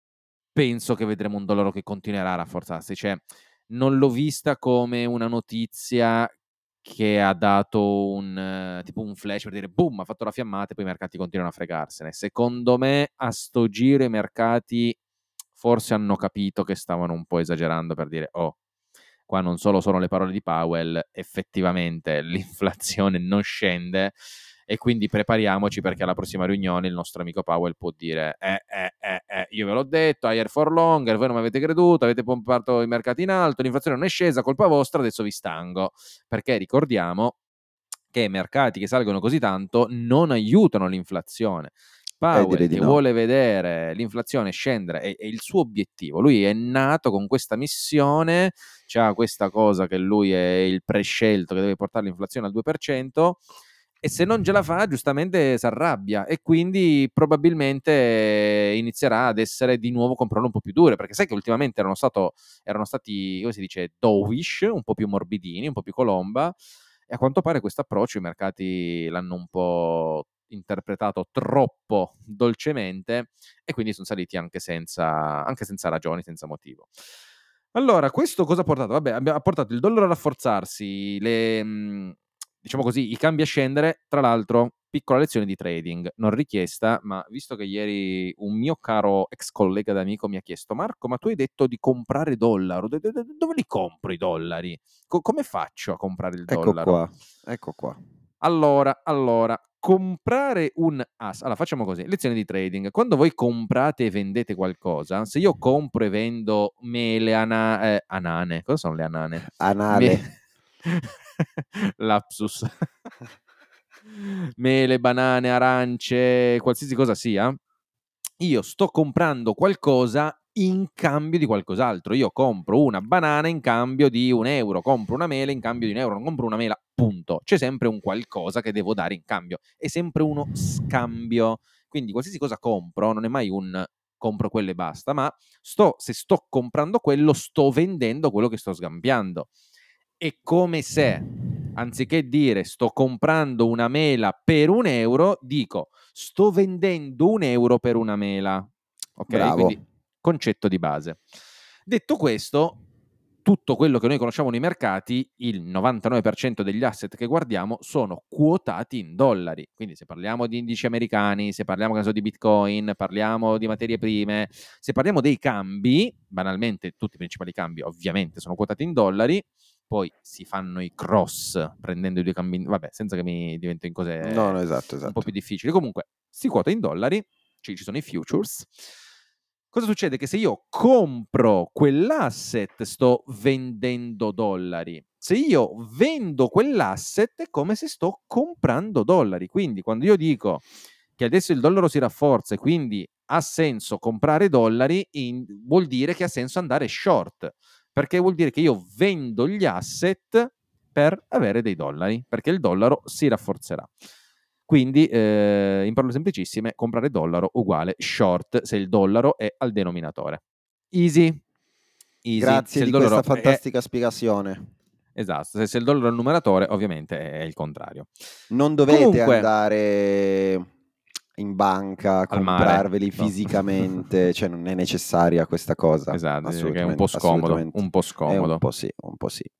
S1: penso che vedremo un dollaro che continuerà a rafforzarsi. Cioè, non l'ho vista come una notizia che ha dato un eh, tipo un flash per dire boom, ha fatto la fiammata e poi i mercati continuano a fregarsene. Secondo me, a sto giro i mercati forse hanno capito che stavano un po' esagerando per dire oh, qua non solo sono le parole di Powell, effettivamente l'inflazione non scende e quindi prepariamoci perché alla prossima riunione il nostro amico Powell può dire eh, eh, eh, eh, io ve l'ho detto, higher for longer, voi non mi avete creduto, avete pompato i mercati in alto, l'inflazione non è scesa, colpa vostra, adesso vi stango. Perché ricordiamo che mercati che salgono così tanto non aiutano l'inflazione.
S2: Eh,
S1: Powell
S2: direi di
S1: che
S2: no.
S1: vuole vedere l'inflazione scendere è, è il suo obiettivo. Lui è nato con questa missione, c'ha questa cosa che lui è il prescelto che deve portare l'inflazione al due per cento e se non ce la fa giustamente si arrabbia e quindi probabilmente inizierà ad essere di nuovo con parole un po' più dure, perché sai che ultimamente erano, stato, erano stati, come si dice, dovish, un po' più morbidini, un po' più colomba, e a quanto pare questo approccio i mercati l'hanno un po' interpretato troppo dolcemente e quindi sono saliti anche senza, anche senza ragioni, senza motivo. Allora, questo cosa ha portato? Vabbè, ha portato il dollaro a rafforzarsi, le, mh, diciamo così, i cambi a scendere. Tra l'altro, piccola lezione di trading, non richiesta, ma visto che ieri un mio caro ex collega d'amico mi ha chiesto: Marco, ma tu hai detto di comprare dollaro, dove li compro i dollari? Co- come faccio a comprare il
S2: Ecco
S1: dollaro?
S2: qua, ecco qua.
S1: Allora, allora, comprare un asset. Allora, facciamo così, lezione di trading. Quando voi comprate e vendete qualcosa, se io compro e vendo mele, ana- eh, anane, cosa sono le anane?
S2: Anale.
S1: Me- Lapsus. Mele, banane, arance, qualsiasi cosa sia, io sto comprando qualcosa in cambio di qualcos'altro. Io compro una banana in cambio di un euro, compro una mela in cambio di un euro, non compro una mela, punto. C'è sempre un qualcosa che devo dare in cambio, è sempre uno scambio. Quindi qualsiasi cosa compro non è mai un compro quello e basta, ma sto, se sto comprando quello, sto vendendo quello che sto scambiando. È come se, anziché dire sto comprando una mela per un euro, dico sto vendendo un euro per una mela. Ok?
S2: Bravo.
S1: Quindi concetto di base. Detto questo, tutto quello che noi conosciamo nei mercati, il novantanove per cento degli asset che guardiamo sono quotati in dollari. Quindi se parliamo di indici americani, se parliamo che so, di Bitcoin, parliamo di materie prime, se parliamo dei cambi, banalmente tutti i principali cambi ovviamente sono quotati in dollari, poi si fanno i cross prendendo i due cambi, vabbè, senza che mi divento in cose
S2: No, no, esatto, esatto.
S1: un po' più difficili. Comunque si quota in dollari, ci, ci sono i futures. Cosa succede? Che se io compro quell'asset sto vendendo dollari. Se io vendo quell'asset è come se sto comprando dollari. Quindi quando io dico che adesso il dollaro si rafforza e quindi ha senso comprare dollari, in, vuol dire che ha senso andare short, perché vuol dire che io vendo gli asset per avere dei dollari, perché il dollaro si rafforzerà. Quindi, eh, in parole semplicissime, comprare dollaro uguale short se il dollaro è al denominatore. Easy. Easy.
S2: Grazie
S1: se
S2: di
S1: il dollaro
S2: questa fantastica
S1: è...
S2: spiegazione.
S1: Esatto, se, se il dollaro è il numeratore, ovviamente è il contrario.
S2: Non dovete
S1: Comunque,
S2: andare in banca a
S1: al mare.
S2: comprarveli
S1: No.
S2: fisicamente, cioè non è necessaria questa cosa.
S1: Esatto, che è un
S2: Assolutamente,
S1: po' scomodo,
S2: assolutamente.
S1: un po'
S2: È un
S1: scomodo.
S2: po' sì, un po' sì.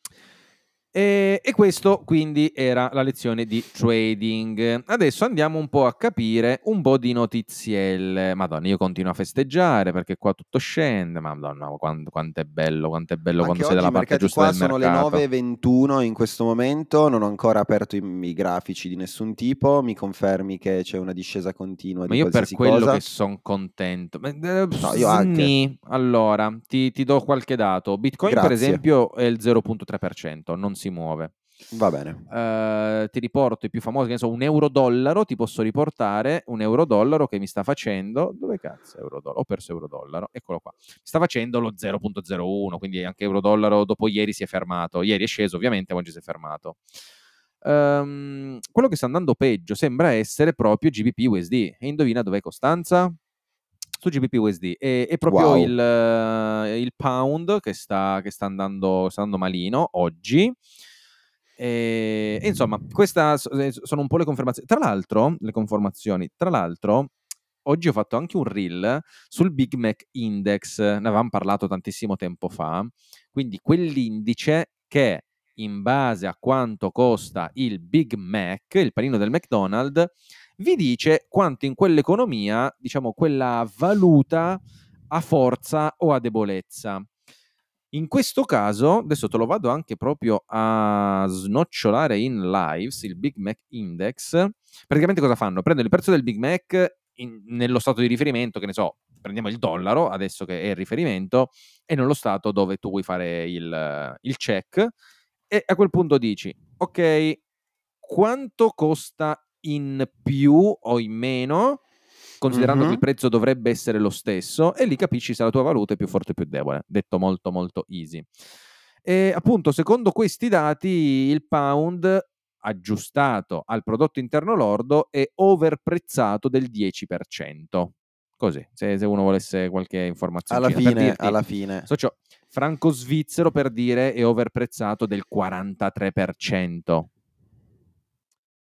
S1: E, e questo quindi era la lezione di trading. Adesso andiamo un po' a capire un po' di notizielle. Madonna, io continuo a festeggiare perché qua tutto scende. Madonna, quanto, quanto è bello, quanto è bello
S2: Anche
S1: quando sei
S2: oggi
S1: dalla
S2: i
S1: parte
S2: mercati
S1: giusta
S2: qua
S1: del
S2: sono le
S1: mercato.
S2: nove e ventuno in questo momento, non ho ancora aperto i, i grafici di nessun tipo, mi confermi che c'è una discesa continua
S1: Ma
S2: di
S1: io per
S2: qualsiasi
S1: quello
S2: cosa?
S1: che sono contento. Ma, eh,
S2: No, io anche.
S1: sni. Allora, ti, ti do qualche dato. Bitcoin, per
S2: Grazie,
S1: esempio, è il zero virgola tre per cento, non si muove.
S2: va bene.
S1: Uh, ti riporto i più famosi, che ne so, un euro-dollaro, ti posso riportare un euro-dollaro che mi sta facendo, dove cazzo è euro-dollaro? Ho perso euro-dollaro, eccolo qua, mi sta facendo lo zero virgola zero uno, quindi anche euro-dollaro dopo ieri si è fermato, ieri è sceso ovviamente, oggi si è fermato. Um, quello che sta andando peggio sembra essere proprio G B P U S D, e indovina dov'è Costanza? Su G B P U S D, è, è proprio
S2: Wow.
S1: il, uh, il pound che sta, che sta andando, sta andando malino oggi. E, e insomma, queste sono un po' le confermazioni. Tra l'altro, le conformazioni, tra l'altro, oggi ho fatto anche un reel sul Big Mac Index, ne avevamo parlato tantissimo tempo fa, quindi quell'indice che in base a quanto costa il Big Mac, il panino del McDonald's, vi dice quanto in quell'economia, diciamo, quella valuta ha forza o ha debolezza. In questo caso, adesso te lo vado anche proprio a snocciolare in lives, il Big Mac Index. Praticamente cosa fanno? Prendono il prezzo del Big Mac in, nello stato di riferimento, che ne so, prendiamo il dollaro, adesso che è il riferimento, e nello stato dove tu vuoi fare il, il check, e a quel punto dici, ok, quanto costa in più o in meno, considerando
S2: Mm-hmm.
S1: che il prezzo dovrebbe essere lo stesso, e lì capisci se la tua valuta è più forte o più debole, detto molto molto easy. E appunto, secondo questi dati, il pound aggiustato al prodotto interno lordo è overprezzato del dieci per cento. Così, se, se uno volesse qualche informazione.
S2: Alla
S1: Per
S2: fine,
S1: dirti,
S2: alla fine.
S1: socio, franco svizzero, per dire, è overprezzato del quarantatré per cento.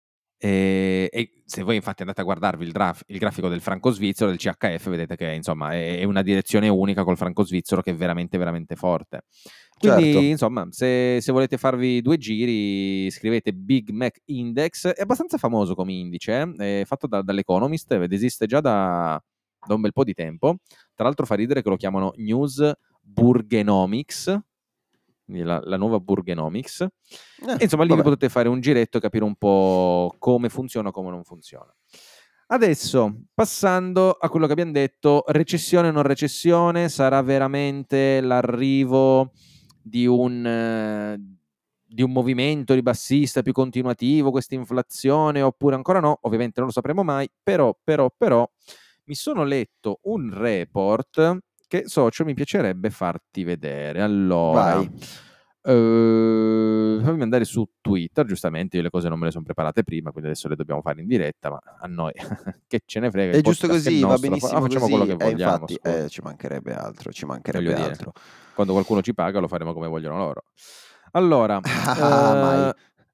S1: E, e se voi infatti andate a guardarvi il, graf, il grafico del franco svizzero, del C H F, vedete che insomma è, è una direzione unica col franco svizzero che è veramente veramente forte. Quindi
S2: Certo.
S1: insomma se, se volete farvi due giri scrivete Big Mac Index, è abbastanza famoso come indice, è fatto da, dall'Economist ed esiste già da, da un bel po' di tempo. Tra l'altro fa ridere che lo chiamano News Burgenomics, La, la nuova Burgenomics.
S2: Eh,
S1: e insomma lì
S2: vabbè.
S1: vi potete fare un giretto e capire un po' come funziona o come non funziona. Adesso, passando a quello che abbiamo detto, recessione o non recessione, sarà veramente l'arrivo di un, eh, di un movimento ribassista più continuativo, questa inflazione, oppure ancora no? Ovviamente non lo sapremo mai, però, però, però, mi sono letto un report che, socio, mi piacerebbe farti vedere. Allora,
S2: Vai.
S1: eh, fammi andare su Twitter, giustamente io le cose non me le sono preparate prima, quindi adesso le dobbiamo fare in diretta, ma a noi che ce ne frega, il
S2: È giusto
S1: podcast è
S2: così, va
S1: nostro, fa- ah,
S2: benissimo
S1: facciamo quello
S2: così.
S1: che
S2: E
S1: vogliamo,
S2: infatti,
S1: scusa.
S2: eh, ci mancherebbe altro, ci
S1: Voglio
S2: mancherebbe
S1: dire,
S2: altro.
S1: quando qualcuno ci paga lo faremo come vogliono loro. Allora,
S2: Ah, mai.
S1: eh,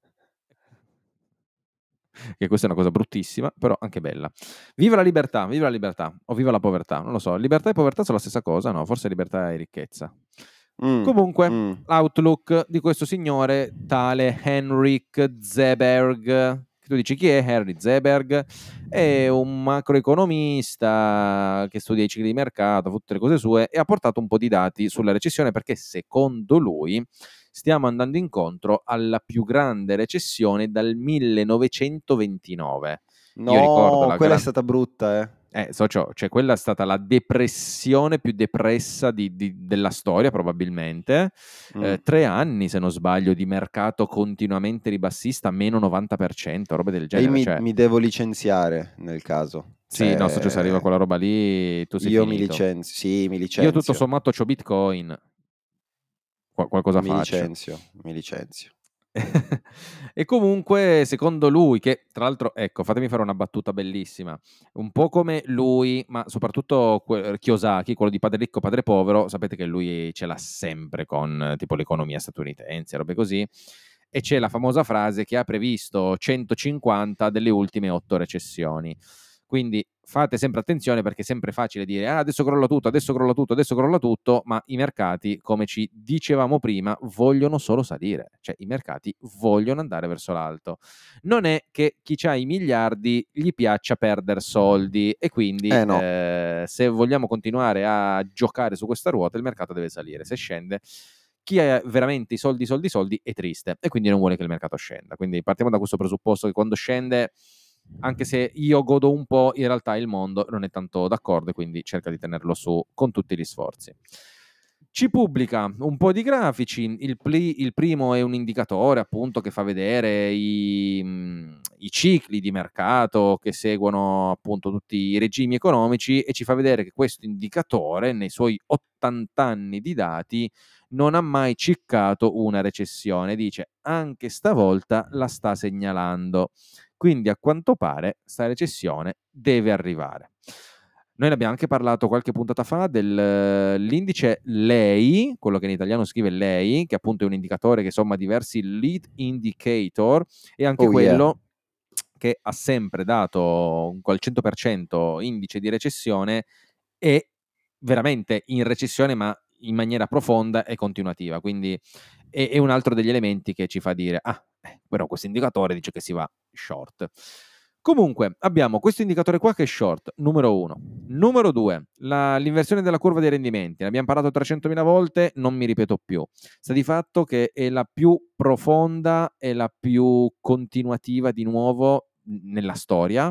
S1: che questa è una cosa bruttissima, però anche bella. Viva la libertà, viva la libertà, o viva la povertà, non lo so. Libertà e povertà sono la stessa cosa? No, forse libertà e ricchezza.
S2: Mm,
S1: Comunque,
S2: mm.
S1: l'outlook di questo signore, tale Henrik Zeberg, che tu dici chi è Henrik Zeberg? È un macroeconomista che studia i cicli di mercato, tutte le cose sue, e ha portato un po' di dati sulla recessione perché secondo lui stiamo andando incontro alla più grande recessione dal millenovecentoventinove. Io ricordo
S2: No,
S1: la
S2: quella è
S1: grande...
S2: stata brutta, eh.
S1: Eh, socio, cioè quella è stata la depressione più depressa di, di, della storia, probabilmente.
S2: Mm.
S1: Eh, tre anni, se non sbaglio, di mercato continuamente ribassista, meno novanta per cento, robe del
S2: E io
S1: genere.
S2: mi,
S1: Cioè,
S2: mi devo licenziare nel caso.
S1: sì, no, socio, se arriva
S2: Cioè,
S1: quella roba lì, tu sei
S2: io mi
S1: finito.
S2: licenzio. Sì, mi
S1: Io tutto
S2: licenzio.
S1: sommato c'ho Bitcoin, Qual- qualcosa
S2: Mi
S1: faccio.
S2: licenzio, mi licenzio.
S1: E comunque, secondo lui, che tra l'altro, ecco, fatemi fare una battuta bellissima, un po' come lui, ma soprattutto que- Kiyosaki, quello di Padre Ricco, Padre Povero, sapete che lui ce l'ha sempre con eh, tipo l'economia statunitense, robe così, e c'è la famosa frase che ha previsto centocinquanta delle ultime otto recessioni. Quindi fate sempre attenzione perché è sempre facile dire ah, adesso crolla tutto, adesso crolla tutto, adesso crolla tutto, ma i mercati, come ci dicevamo prima, vogliono solo salire, cioè i mercati vogliono andare verso l'alto. Non è che chi ha i miliardi gli piaccia perdere soldi e quindi
S2: Eh no.
S1: eh, se vogliamo continuare a giocare su questa ruota il mercato deve salire, se scende chi ha veramente i soldi, soldi, soldi è triste e quindi non vuole che il mercato scenda. Quindi partiamo da questo presupposto che quando scende, anche se io godo un po', in realtà il mondo non è tanto d'accordo e quindi cerca di tenerlo su con tutti gli sforzi. Ci pubblica un po' di grafici, il, pli, il primo è un indicatore appunto che fa vedere i, mh, i cicli di mercato che seguono appunto tutti i regimi economici e ci fa vedere che questo indicatore nei suoi ottanta anni di dati non ha mai ciccato una recessione, dice anche stavolta la sta segnalando. Quindi a quanto pare sta recessione deve arrivare. Noi ne abbiamo anche parlato qualche puntata fa dell'indice L E I, quello che in italiano scrive L E I, che appunto è un indicatore che somma diversi lead indicator, e anche
S2: Oh yeah.
S1: quello che ha sempre dato quel cento per cento indice di recessione è veramente in recessione, ma in maniera profonda e continuativa. Quindi è, è un altro degli elementi che ci fa dire, ah, eh, però questo indicatore dice che si va short. Comunque, abbiamo questo indicatore qua che è short, numero uno. Numero due, la, l'inversione della curva dei rendimenti. Ne abbiamo parlato trecentomila volte, non mi ripeto più. Sta di fatto che è la più profonda e la più continuativa di nuovo nella storia.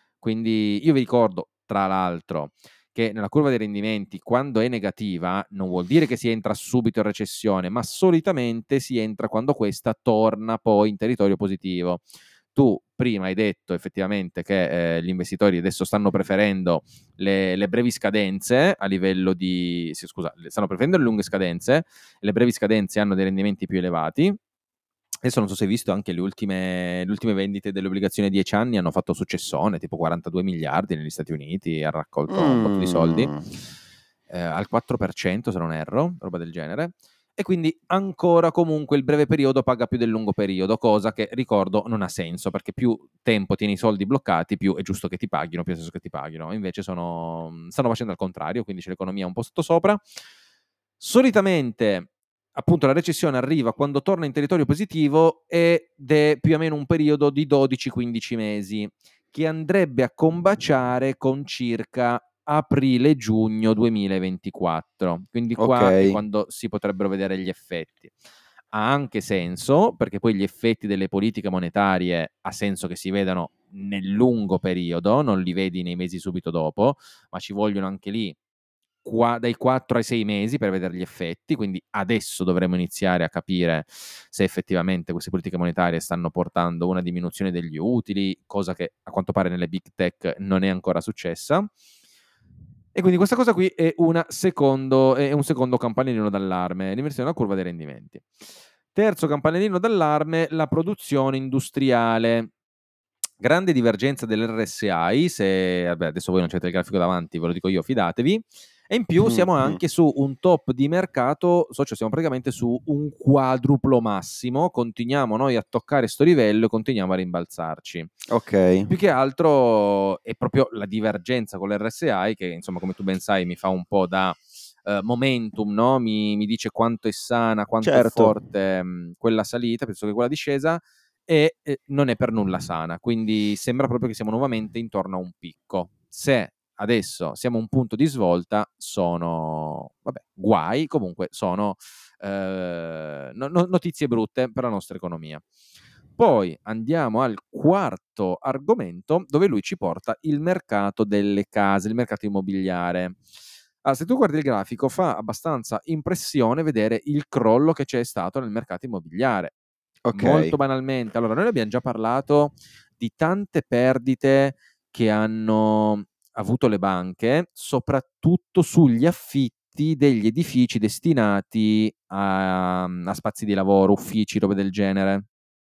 S1: Quindi io vi ricordo, tra l'altro, che nella curva dei rendimenti, quando è negativa, non vuol dire che si entra subito in recessione, ma solitamente si entra quando questa torna poi in territorio positivo. Tu prima hai detto effettivamente che eh, gli investitori adesso stanno preferendo le, le brevi scadenze a livello di... Sì, scusa, stanno preferendo le lunghe scadenze, le brevi scadenze hanno dei rendimenti più elevati. Adesso non so se hai visto anche le ultime, le ultime vendite delle obbligazioni a dieci anni hanno fatto successone, tipo quarantadue miliardi negli Stati Uniti, ha raccolto un botto di soldi,
S2: Mm.
S1: eh, al quattro per cento se non erro, roba del genere. e quindi ancora comunque il breve periodo paga più del lungo periodo, cosa che, ricordo, non ha senso, perché più tempo tieni i soldi bloccati, più è giusto che ti paghino, più è senso che ti paghino. Invece sono, stanno facendo al contrario, quindi c'è l'economia un po' sottosopra. Solitamente, appunto, la recessione arriva quando torna in territorio positivo ed è più o meno un periodo di dodici quindici mesi, che andrebbe a combaciare con circa aprile-giugno duemilaventiquattro. Quindi qua è
S2: Ok.
S1: quando si potrebbero vedere gli effetti. Ha anche senso, perché poi gli effetti delle politiche monetarie ha senso che si vedano nel lungo periodo, non li vedi nei mesi subito dopo, ma ci vogliono anche lì qua, dai quattro ai sei mesi per vedere gli effetti, quindi adesso dovremo iniziare a capire se effettivamente queste politiche monetarie stanno portando una diminuzione degli utili, cosa che a quanto pare nelle big tech non è ancora successa. E quindi questa cosa qui è, una secondo, è un secondo campanellino d'allarme, l'inversione della curva dei rendimenti. Terzo campanellino d'allarme, la produzione industriale. Grande divergenza dell'R S I, se vabbè, adesso voi non avete il grafico davanti, ve lo dico io, fidatevi. E in più siamo anche su un top di mercato, socio, siamo praticamente su un quadruplo massimo, continuiamo noi a toccare sto livello e continuiamo a rimbalzarci.
S2: Ok.
S1: Più che altro è proprio la divergenza con l'R S I che, insomma, come tu ben sai, mi fa un po' da uh, momentum, no? Mi, mi dice quanto è sana, quanto è
S2: Certo.
S1: forte mh, quella salita, penso che quella discesa, e eh, non è per nulla sana, quindi sembra proprio che siamo nuovamente intorno a un picco. Se adesso siamo a un punto di svolta, sono vabbè, guai, comunque sono eh, no, notizie brutte per la nostra economia. Poi andiamo al quarto argomento, dove lui ci porta il mercato delle case, il mercato immobiliare. Ah, se tu guardi il grafico, fa abbastanza impressione vedere il crollo che c'è stato nel mercato immobiliare.
S2: Ok.
S1: Molto banalmente, allora noi abbiamo già parlato di tante perdite che hanno avuto le banche, soprattutto sugli affitti degli edifici destinati a, a spazi di lavoro, uffici, robe del genere.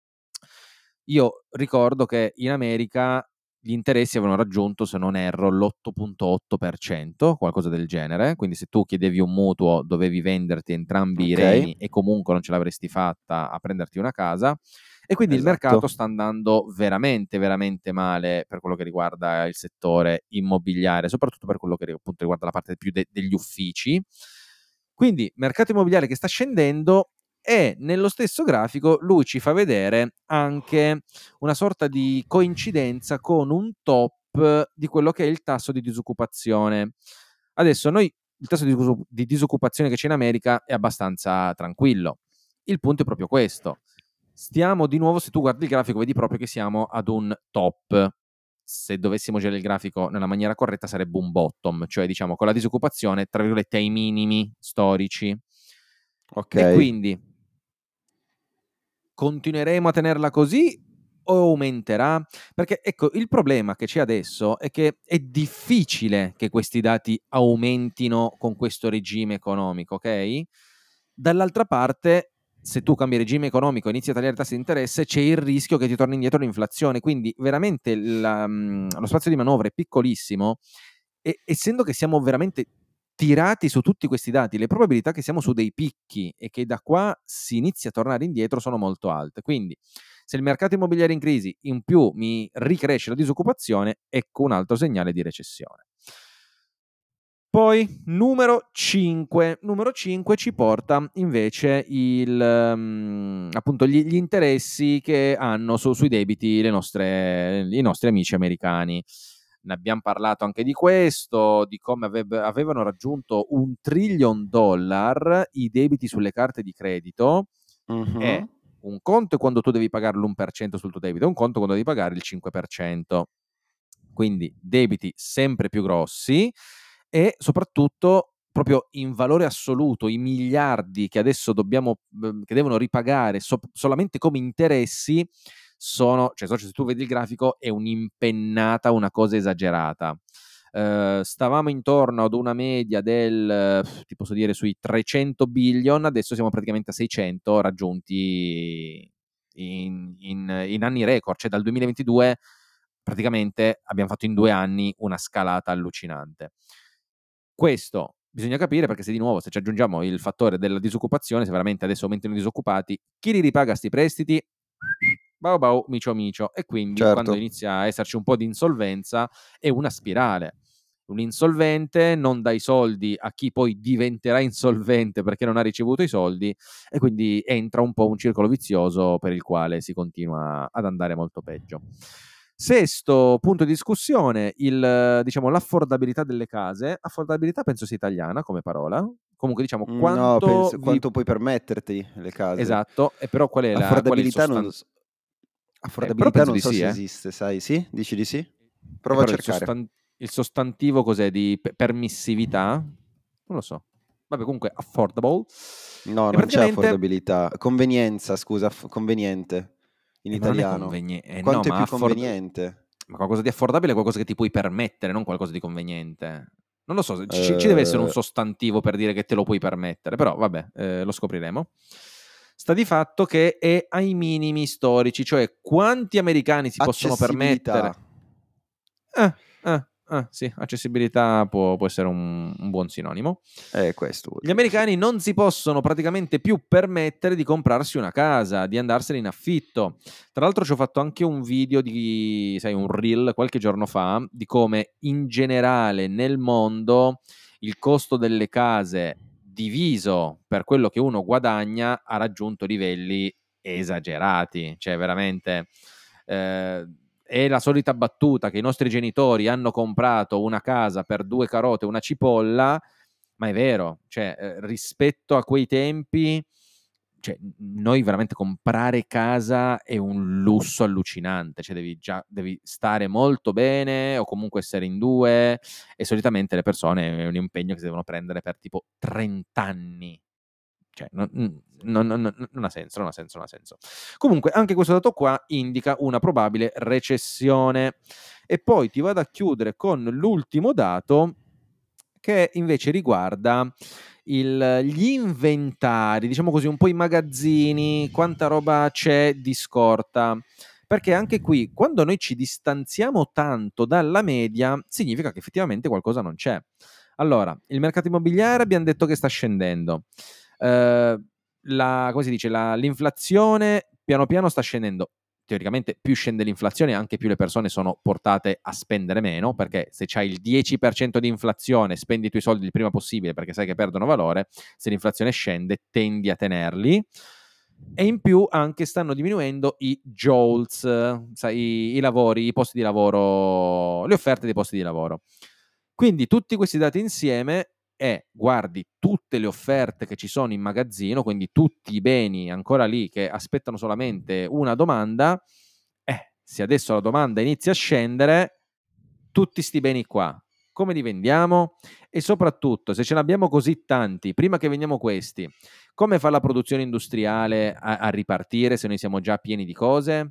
S1: Io ricordo che in America gli interessi avevano raggiunto, se non erro, l'otto virgola otto per cento, qualcosa del genere. Quindi se tu chiedevi un mutuo dovevi venderti entrambi i
S2: Ok.
S1: reni e comunque non ce l'avresti fatta a prenderti una casa. E quindi il
S2: Esatto.
S1: mercato sta andando veramente, veramente male per quello che riguarda il settore immobiliare, soprattutto per quello che appunto riguarda la parte più de- degli uffici. Quindi mercato immobiliare che sta scendendo, e nello stesso grafico lui ci fa vedere anche una sorta di coincidenza con un top di quello che è il tasso di disoccupazione. Adesso noi il tasso di, di disoccupazione che c'è in America è abbastanza tranquillo. Il punto è proprio questo. Stiamo di nuovo, se tu guardi il grafico, vedi proprio che siamo ad un top. Se dovessimo girare il grafico nella maniera corretta sarebbe un bottom, cioè diciamo con la disoccupazione tra virgolette ai minimi storici.
S2: Ok.
S1: E quindi continueremo a tenerla così o aumenterà? Perché ecco, il problema che c'è adesso è che è difficile che questi dati aumentino con questo regime economico, ok? Dall'altra parte, se tu cambi regime economico e inizi a tagliare tassi di interesse, c'è il rischio che ti torni indietro l'inflazione, quindi veramente la, lo spazio di manovra è piccolissimo e essendo che siamo veramente tirati su tutti questi dati, le probabilità che siamo su dei picchi e che da qua si inizi a tornare indietro sono molto alte. Quindi, se il mercato immobiliare è in crisi, in più mi ricresce la disoccupazione, ecco un altro segnale di recessione. Poi, numero cinque. Numero cinque ci porta invece il, um, appunto gli, gli interessi che hanno su, sui debiti le nostre, i nostri amici americani. Ne abbiamo parlato anche di questo, di come ave- avevano raggiunto un trillion dollar i debiti sulle carte di credito.
S2: Mhm.
S1: E un conto è quando tu devi pagare l'uno per cento sul tuo debito, e un conto è quando devi pagare il cinque per cento. Quindi debiti sempre più grossi e soprattutto proprio in valore assoluto i miliardi che adesso dobbiamo, che devono ripagare so- solamente come interessi sono, cioè se tu vedi il grafico è un'impennata, una cosa esagerata. Uh, stavamo intorno ad una media del, ti posso dire, sui trecento billion, adesso siamo praticamente a seicento raggiunti in, in, in anni record, cioè dal duemilaventidue praticamente abbiamo fatto in due anni una scalata allucinante. Questo bisogna capire, perché se di nuovo, se ci aggiungiamo il fattore della disoccupazione, se veramente adesso aumentano i disoccupati, chi li ripaga sti prestiti? Bau bau, micio micio. E quindi quando
S2: Certo.
S1: inizia a esserci un po' di insolvenza è una spirale. Un insolvente non dà i soldi a chi poi diventerà insolvente perché non ha ricevuto i soldi, e quindi entra un po' un circolo vizioso per il quale si continua ad andare molto peggio. Sesto punto di discussione, il, diciamo, l'affordabilità delle case. Affordabilità penso sia italiana come parola. Comunque diciamo
S2: No,
S1: quanto
S2: penso
S1: vi...
S2: quanto puoi permetterti le case.
S1: Esatto, e però qual è, la, qual è il
S2: Affordabilità non
S1: sostantivo?
S2: s
S1: Eh, però
S2: affordabilità
S1: penso
S2: non
S1: di
S2: so
S1: sì,
S2: se
S1: eh.
S2: esiste, sai? Sì? Dici di sì?
S1: E
S2: Prova a
S1: però il,
S2: cercare.
S1: sostan- il sostantivo cos'è? Di pe- permissività? Non lo so. Vabbè, comunque affordable.
S2: No,
S1: E
S2: non c'è
S1: praticamente...
S2: affordabilità. Convenienza, scusa, f conveniente in
S1: Eh, ma non è
S2: italiano.
S1: conveniente. Eh, no,
S2: Quanto è
S1: ma,
S2: più
S1: afford-
S2: conveniente?
S1: ma qualcosa di affordabile è qualcosa che ti puoi permettere, non qualcosa di conveniente. Non lo so, ci, ci deve essere un
S2: Ehm,
S1: sostantivo per dire che te lo puoi permettere, però vabbè, eh, lo scopriremo. Sta di fatto che è ai minimi storici, cioè quanti americani si possono
S2: accessibilità.
S1: permettere... Eh, eh, eh, sì, accessibilità può, può essere un, un buon sinonimo.
S2: Eh, questo vuol
S1: Gli
S2: dire, sì.
S1: americani non si possono praticamente più permettere di comprarsi una casa, di andarsene in affitto. Tra l'altro ci ho fatto anche un video di, sai, un reel qualche giorno fa, di come in generale nel mondo il costo delle case diviso per quello che uno guadagna ha raggiunto livelli esagerati, cioè veramente... Eh, è la solita battuta che i nostri genitori hanno comprato una casa per due carote e una cipolla, ma è vero, cioè, eh, rispetto a quei tempi, cioè, noi veramente comprare casa è un lusso allucinante, cioè devi già devi stare molto bene o comunque essere in due, e solitamente le persone è un impegno che si devono prendere per tipo trenta anni. Cioè, non, non- non- non ha senso, non ha senso, non ha senso. Comunque, anche questo dato qua indica una probabile recessione. E poi ti vado a chiudere con l'ultimo dato, che invece riguarda il- gli inventari, diciamo così, un po' i magazzini, quanta roba c'è di scorta. Perché anche qui, quando noi ci distanziamo tanto dalla media, significa che effettivamente qualcosa non c'è. Allora, il mercato immobiliare abbiamo detto che sta scendendo. Eh, la, come si dice, la- l'inflazione piano piano sta scendendo. Teoricamente più scende l'inflazione, anche più le persone sono portate a spendere meno, perché se c'hai il dieci per cento di inflazione, spendi i tuoi soldi il prima possibile perché sai che perdono valore. Se l'inflazione scende, tendi a tenerli. E in più anche stanno diminuendo i jolts, sai, i, i lavori, i posti di lavoro, le offerte dei posti di lavoro. Quindi tutti questi dati insieme, e guardi tutte le offerte che ci sono in magazzino, quindi tutti i beni ancora lì che aspettano solamente una domanda, eh, se adesso la domanda inizia a scendere, tutti sti beni qua, come li vendiamo? E soprattutto, se ce ne abbiamo così tanti, prima che vendiamo questi, come fa la produzione industriale a, a ripartire se noi siamo già pieni di cose?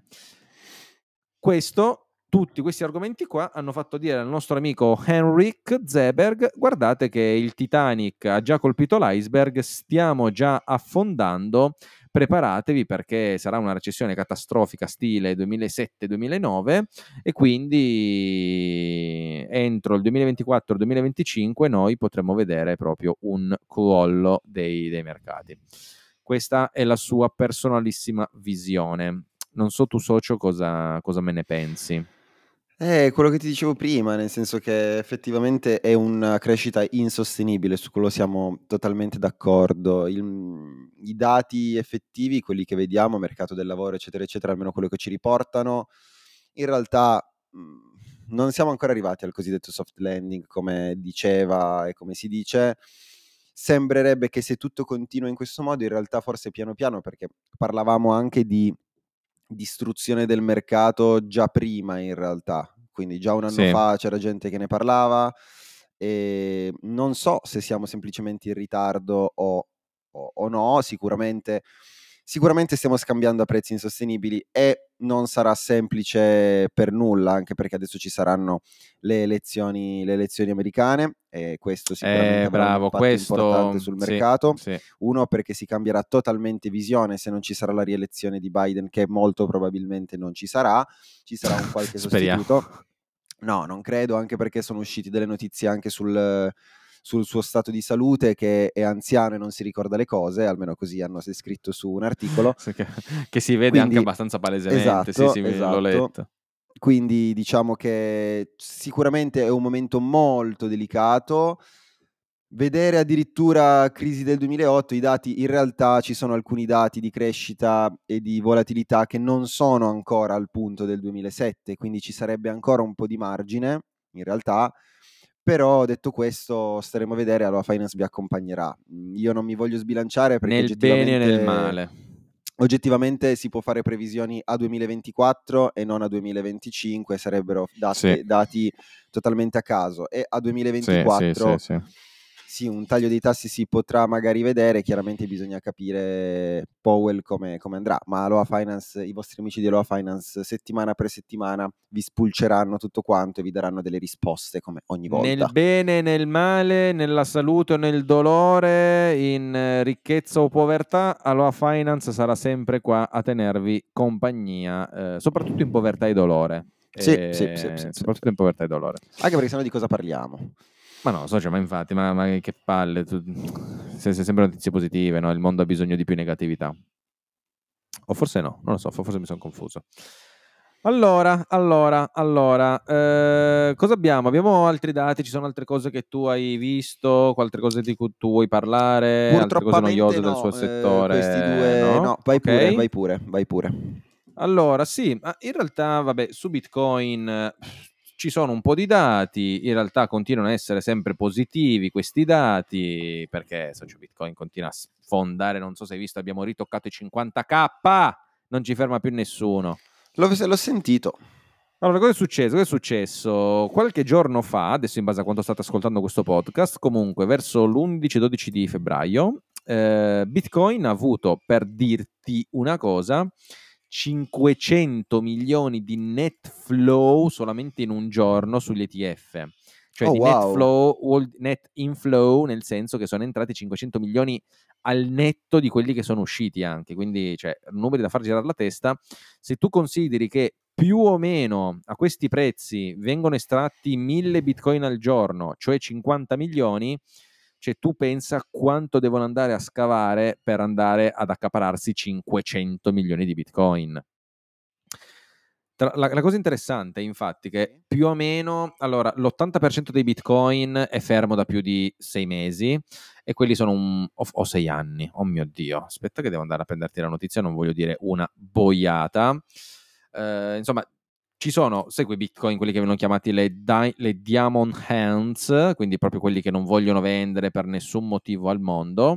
S1: Questo, tutti questi argomenti qua hanno fatto dire al nostro amico Henrik Zeberg: guardate che il Titanic ha già colpito l'iceberg, stiamo già affondando, preparatevi perché sarà una recessione catastrofica stile duemilasette duemilanove, e quindi entro il duemilaventiquattro duemilaventicinque noi potremmo vedere proprio un crollo dei, dei mercati. Questa è la sua personalissima visione. Non so tu, socio, cosa, cosa me ne pensi.
S2: Eh, quello che ti dicevo prima, nel senso che effettivamente è una crescita insostenibile, su quello siamo totalmente d'accordo. Il mhmm, i dati effettivi, quelli che vediamo, mercato del lavoro, eccetera, eccetera, almeno quello che ci riportano, in realtà, mhmm, non siamo ancora arrivati al cosiddetto soft landing, come diceva e come si dice. Sembrerebbe che se tutto continua in questo modo, in realtà forse piano piano, perché parlavamo anche di distruzione del mercato già prima in realtà, quindi già un anno
S1: Sì.
S2: fa c'era gente che ne parlava, ehm, non so se siamo semplicemente in ritardo o o o no, sicuramente sicuramente stiamo scambiando a prezzi insostenibili e non sarà semplice per nulla, anche perché adesso ci saranno le elezioni le elezioni americane e questo sicuramente
S1: Eh,
S2: avrà un
S1: bravo,
S2: impatto importante
S1: questo
S2: sul
S1: sì,
S2: mercato.
S1: sì.
S2: Uno, perché si cambierà totalmente visione se non ci sarà la rielezione di Biden, che molto probabilmente non ci sarà, ci sarà un qualche
S1: Speriamo.
S2: sostituto. No, non credo, anche perché sono usciti delle notizie anche sul sul suo stato di salute, che è anziano e non si ricorda le cose, almeno così hanno scritto su un articolo.
S1: Che, che si vede
S2: Quindi,
S1: anche abbastanza palesemente,
S2: esatto,
S1: sì, sì,
S2: esatto.
S1: l'ho letto.
S2: Quindi diciamo che sicuramente è un momento molto delicato. Vedere addirittura crisi del duemilaotto, i dati, in realtà ci sono alcuni dati di crescita e di volatilità che non sono ancora al punto del duemilasette, quindi ci sarebbe ancora un po' di margine, in realtà. Però detto questo, staremo a vedere, Aloha Finance vi accompagnerà. Io non mi voglio sbilanciare perché
S1: Nel bene e nel male.
S2: oggettivamente si può fare previsioni a duemilaventiquattro e non a duemilaventicinque, sarebbero date,
S1: Sì.
S2: dati totalmente a caso, e a duemilaventiquattro
S1: sì, sì, sì.
S2: sì, un taglio dei tassi si potrà magari vedere, chiaramente bisogna capire Powell come, come andrà, ma Aloha Finance, i vostri amici di Aloha Finance settimana per settimana vi spulceranno tutto quanto e vi daranno delle risposte come ogni volta.
S1: Nel bene, nel male, nella salute o nel dolore, in ricchezza o povertà, Aloha Finance sarà sempre qua a tenervi compagnia, eh, soprattutto in povertà e dolore.
S2: Sì,
S1: eh,
S2: sì, sì, sì,
S1: soprattutto
S2: sì.
S1: in povertà e dolore.
S2: Anche perché sennò di cosa parliamo?
S1: Ma no, so, cioè, ma infatti, ma, ma che palle, tu, se, se sempre notizie positive, no? Il mondo ha bisogno di più negatività. O forse no, non lo so, forse mi sono confuso. Allora, allora, allora, eh, cosa abbiamo? Abbiamo altri dati, ci sono altre cose che tu hai visto, altre cose di cui tu vuoi parlare, altre cose
S2: Purtroppamente
S1: noiose del
S2: no,
S1: suo
S2: eh, questi
S1: settore,
S2: due...
S1: no?
S2: No, vai
S1: Ok?
S2: pure, vai pure, vai pure.
S1: Allora, sì, ma in realtà, vabbè, su Bitcoin eh, ci sono un po' di dati, in realtà continuano a essere sempre positivi questi dati, perché so, cioè, Bitcoin continua a sfondare, non so se hai visto, abbiamo ritoccato i cinquanta K, non ci ferma più nessuno.
S2: L'ho, l'ho sentito.
S1: Allora, cosa è successo? Cosa è successo? Qualche giorno fa, adesso in base a quanto state ascoltando questo podcast, comunque verso l'undici dodici di febbraio, eh, Bitcoin ha avuto, per dirti una cosa, cinquecento milioni di net flow solamente in un giorno sugli E T F. Cioè
S2: Oh,
S1: di net
S2: wow.
S1: flow, net inflow, nel senso che sono entrati cinquecento milioni al netto di quelli che sono usciti anche. Quindi, cioè, numeri da far girare la testa. Se tu consideri che più o meno a questi prezzi vengono estratti mille bitcoin al giorno, cioè cinquanta milioni, cioè tu pensa quanto devono andare a scavare per andare ad accapararsi cinquecento milioni di bitcoin. Tra, la, la cosa interessante è infatti che più o meno, allora, l'ottanta per cento dei bitcoin è fermo da più di sei mesi e quelli sono un, o, o sei anni, oh mio Dio, aspetta che devo andare a prenderti la notizia, non voglio dire una boiata. Uh, insomma, ci sono, segui Bitcoin, quelli che vengono chiamati le, di- le diamond hands, quindi proprio quelli che non vogliono vendere per nessun motivo al mondo.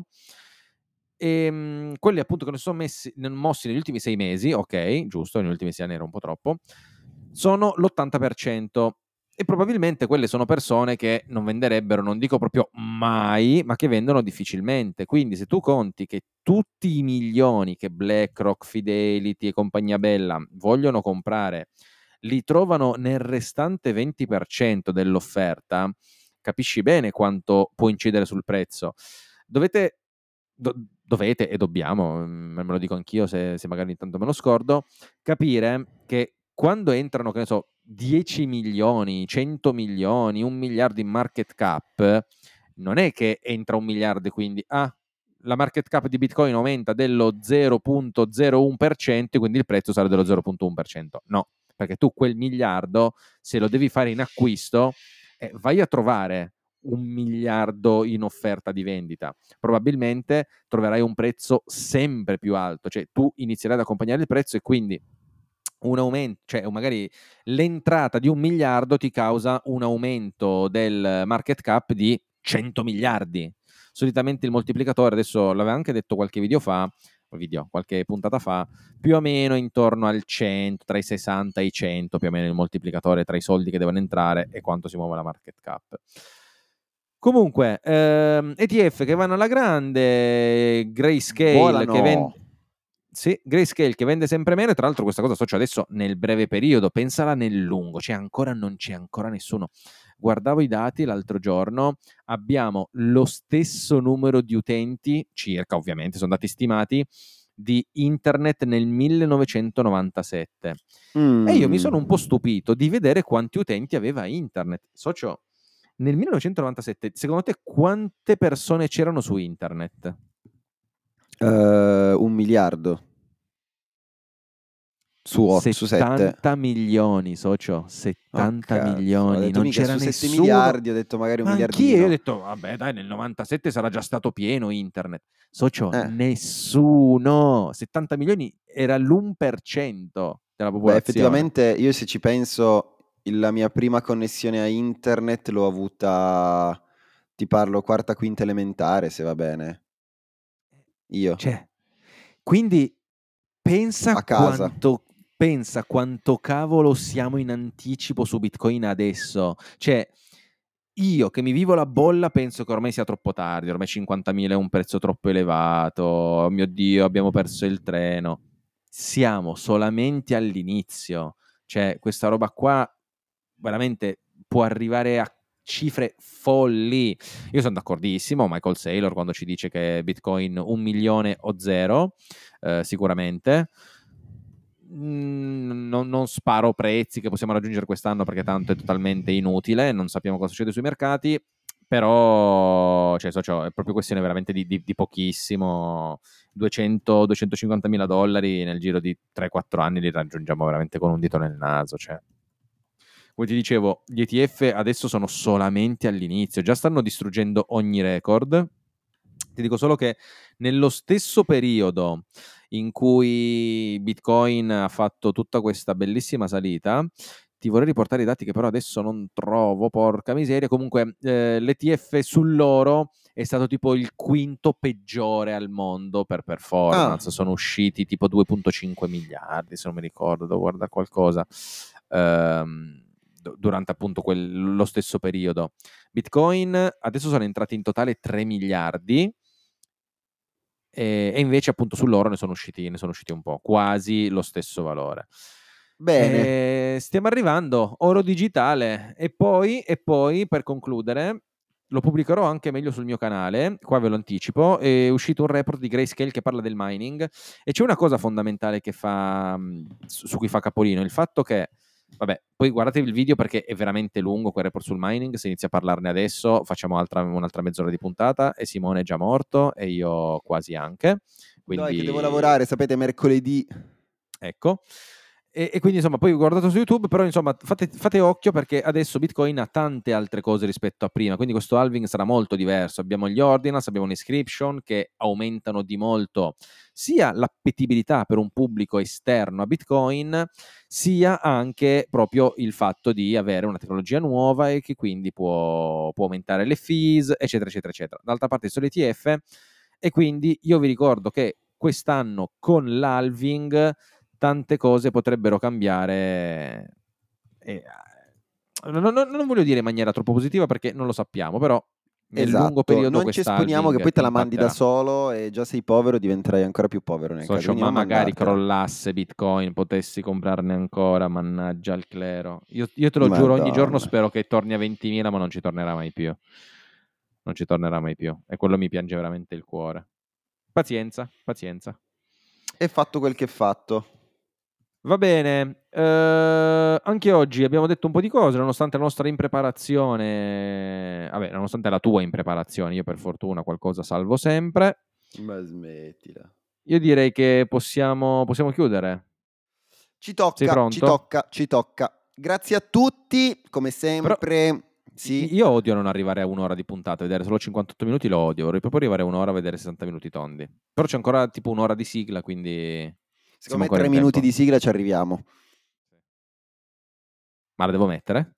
S1: E um, quelli appunto che ne sono messi, mossi negli ultimi sei mesi, ok, giusto, negli ultimi sei anni era un po' troppo, sono l'ottanta per cento. E probabilmente quelle sono persone che non venderebbero, non dico proprio mai, ma che vendono difficilmente. Quindi se tu conti che tutti i milioni che BlackRock, Fidelity e compagnia bella vogliono comprare li trovano nel restante venti per cento dell'offerta, capisci bene quanto può incidere sul prezzo. Dovete, do, dovete e dobbiamo, me lo dico anch'io se, se magari intanto me lo scordo, capire che quando entrano, che ne so, dieci milioni, cento milioni, un miliardo in market cap, non è che entra un miliardo e quindi, ah, la market cap di Bitcoin aumenta dello zero virgola zero uno per cento e quindi il prezzo sarà dello zero virgola uno per cento. No, perché tu quel miliardo, se lo devi fare in acquisto, eh, vai a trovare un miliardo in offerta di vendita. Probabilmente troverai un prezzo sempre più alto, cioè tu inizierai ad accompagnare il prezzo e quindi un aumento, cioè magari l'entrata di un miliardo ti causa un aumento del market cap di cento miliardi. Solitamente il moltiplicatore, adesso l'aveva anche detto qualche video fa, video, qualche puntata fa, più o meno intorno al cento, tra i sessanta e i cento, più o meno il moltiplicatore tra i soldi che devono entrare e quanto si muove la market cap. Comunque, ehm, E T F che vanno alla grande, Grayscale
S2: Volano.
S1: che vende... Sì, Grayscale che vende sempre meno e tra l'altro questa cosa so adesso nel breve periodo, pensala nel lungo, c'è ancora, non c'è ancora nessuno. Guardavo i dati l'altro giorno, abbiamo lo stesso numero di utenti, circa ovviamente, sono dati stimati, di internet nel millenovecentonovantasette.
S2: Mm.
S1: E io mi sono un po' stupito di vedere quanti utenti aveva internet. Socio, Nel millenovecentonovantasette, secondo te quante persone c'erano su internet?
S2: Uh, un miliardo. Su, o- su sette.
S1: settanta milioni, socio, settanta
S2: Oh, cazzo. Ho
S1: milioni,
S2: detto
S1: non
S2: mica
S1: c'era
S2: su sette
S1: nessuno.
S2: miliardi, ho detto magari un
S1: Ma anch'io,
S2: miliardino.
S1: io ho detto, vabbè dai, nel novantasette sarà già stato pieno internet. Socio,
S2: Eh.
S1: nessuno. settanta milioni era l'uno per cento della popolazione.
S2: Beh, effettivamente io se ci penso, la mia prima connessione a internet l'ho avuta, ti parlo, quarta, quinta elementare, se va bene. Io.
S1: Cioè, quindi pensa
S2: A casa.
S1: quanto, pensa quanto cavolo siamo in anticipo su Bitcoin adesso. Cioè, io che mi vivo la bolla penso che ormai sia troppo tardi, ormai cinquantamila è un prezzo troppo elevato, oh mio Dio, abbiamo perso il treno. Siamo solamente all'inizio. Cioè, questa roba qua veramente può arrivare a cifre folli. Io sono d'accordissimo, Michael Saylor, quando ci dice che Bitcoin un milione o zero, eh, sicuramente. Mm, non, non sparo prezzi che possiamo raggiungere quest'anno perché tanto è totalmente inutile, non sappiamo cosa succede sui mercati, però cioè, socio, è proprio questione veramente di, di, di pochissimo. duecento duecentocinquanta mila dollari nel giro di tre quattro anni li raggiungiamo veramente con un dito nel naso, cioè. Come ti dicevo, gli E T F adesso sono solamente all'inizio, già stanno distruggendo ogni record. Ti dico solo che nello stesso periodo in cui Bitcoin ha fatto tutta questa bellissima salita, ti vorrei riportare i dati che però adesso non trovo, porca miseria. Comunque eh, l'E T F sull'oro è stato tipo il quinto peggiore al mondo per performance,
S2: Ah.
S1: sono usciti tipo due virgola cinque miliardi, se non mi ricordo, devo guardare qualcosa, ehm, durante appunto quel, lo stesso periodo. Bitcoin adesso sono entrati in totale tre miliardi, e, e invece appunto sull'oro ne sono usciti, ne sono usciti un po', quasi lo stesso valore.
S2: Bene.
S1: E stiamo arrivando, oro digitale, e poi, e poi per concludere, lo pubblicherò anche meglio sul mio canale, qua ve lo anticipo, è uscito un report di Grayscale che parla del mining, e c'è una cosa fondamentale che fa, su, su cui fa capolino, il fatto che, vabbè, poi guardatevi il video perché è veramente lungo quel report sul mining, se inizia a parlarne adesso facciamo altra, un'altra mezz'ora di puntata, e Simone è già morto e io quasi anche. Quindi...
S2: Dai, che devo lavorare, sapete, mercoledì.
S1: Ecco. E, e quindi insomma poi ho guardato su YouTube, però insomma fate, fate occhio perché adesso Bitcoin ha tante altre cose rispetto a prima, quindi questo halving sarà molto diverso. Abbiamo gli ordinals, abbiamo un'inscription che aumentano di molto sia l'appetibilità per un pubblico esterno a Bitcoin, sia anche proprio il fatto di avere una tecnologia nuova e che quindi può, può aumentare le fees, eccetera, eccetera, eccetera. D'altra parte sono E T F, e quindi io vi ricordo che quest'anno con l'halving tante cose potrebbero cambiare. E, non, non, non voglio dire in maniera troppo positiva perché non lo sappiamo, però nel lungo
S2: Esatto,
S1: periodo
S2: non ci esponiamo che
S1: quest'halving
S2: poi te la mandi da
S1: impatterà.
S2: solo e già sei povero, diventerai ancora più povero nel caso,
S1: Socio,
S2: quindi
S1: ma
S2: non
S1: magari
S2: mandartela.
S1: crollasse Bitcoin, potessi comprarne ancora, mannaggia il clero. Io, io te lo giuro, ogni giorno
S2: Madonna.
S1: spero che torni a ventimila, ma non ci tornerà mai più. Non ci tornerà mai più. E quello mi piange veramente il cuore. Pazienza, pazienza.
S2: E fatto quel che è fatto.
S1: Va bene, eh, anche oggi abbiamo detto un po' di cose, nonostante la nostra impreparazione, vabbè, nonostante la tua impreparazione, io per fortuna qualcosa salvo sempre.
S2: Ma smettila.
S1: Io direi che possiamo, possiamo chiudere.
S2: Ci
S1: Sei
S2: tocca, ci
S1: pronto?
S2: tocca, ci tocca. Grazie a tutti, come
S1: Però
S2: sempre. Sì.
S1: io odio non arrivare a un'ora di puntata, vedere solo cinquantotto minuti lo odio, vorrei proprio arrivare a un'ora a vedere sessanta minuti tondi. Però c'è ancora tipo un'ora di sigla, quindi siamo
S2: Secondo me
S1: ancora
S2: tre
S1: in
S2: minuti
S1: tempo.
S2: di sigla ci arriviamo.
S1: Ma la devo mettere?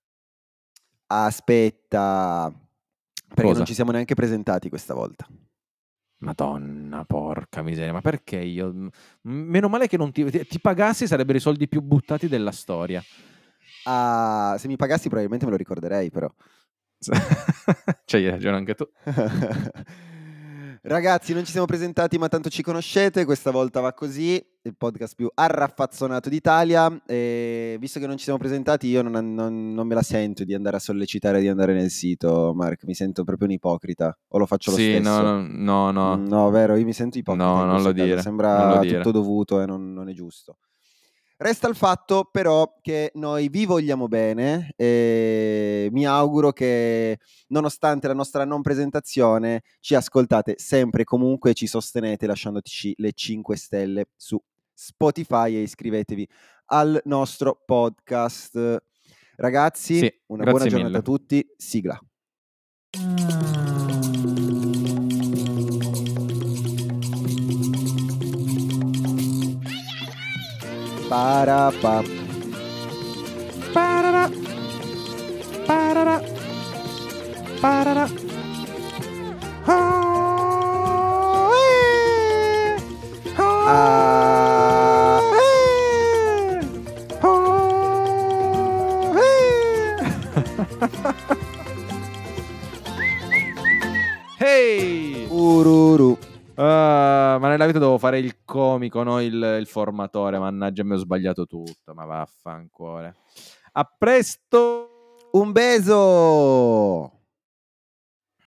S2: Aspetta, perché
S1: Cosa?
S2: non ci siamo neanche presentati questa volta.
S1: Madonna, porca miseria, ma perché io? M- Meno male che non ti, ti, ti pagassi, sarebbero i soldi più buttati della storia.
S2: Ah, se mi pagassi probabilmente me lo ricorderei, però.
S1: C'hai ragione anche tu.
S2: Ragazzi, non ci siamo presentati, ma tanto ci conoscete. Questa volta va così, il podcast più arraffazzonato d'Italia. E visto che non ci siamo presentati, io non, non- non me la sento di andare a sollecitare di andare nel sito, Mark. Mi sento proprio un ipocrita. O lo faccio lo
S1: Sì, no,
S2: stesso?
S1: no, no, no,
S2: Mm, No, vero, io mi sento ipocrita
S1: no,
S2: in
S1: non lo
S2: questo caso.
S1: dire, non lo
S2: Sembra tutto
S1: dire.
S2: dovuto e non, non è giusto. Resta il fatto però che noi vi vogliamo bene e mi auguro che nonostante la nostra non presentazione ci ascoltate sempre e comunque ci sostenete lasciandoci le cinque stelle su Spotify e iscrivetevi al nostro podcast. Ragazzi,
S1: Sì,
S2: una
S1: grazie
S2: buona giornata
S1: mille.
S2: a tutti, sigla. Parapa.
S1: Parara. Parara. Parara. Oh, eh. Oh,
S2: Ah.
S1: eh. Oh, eh. Hey!
S2: Ururu.
S1: Ah, ma nella vita devo fare il comico, no il, il formatore. Mannaggia, mi ho sbagliato tutto. Ma vaffanculo. A presto!
S2: Un beso!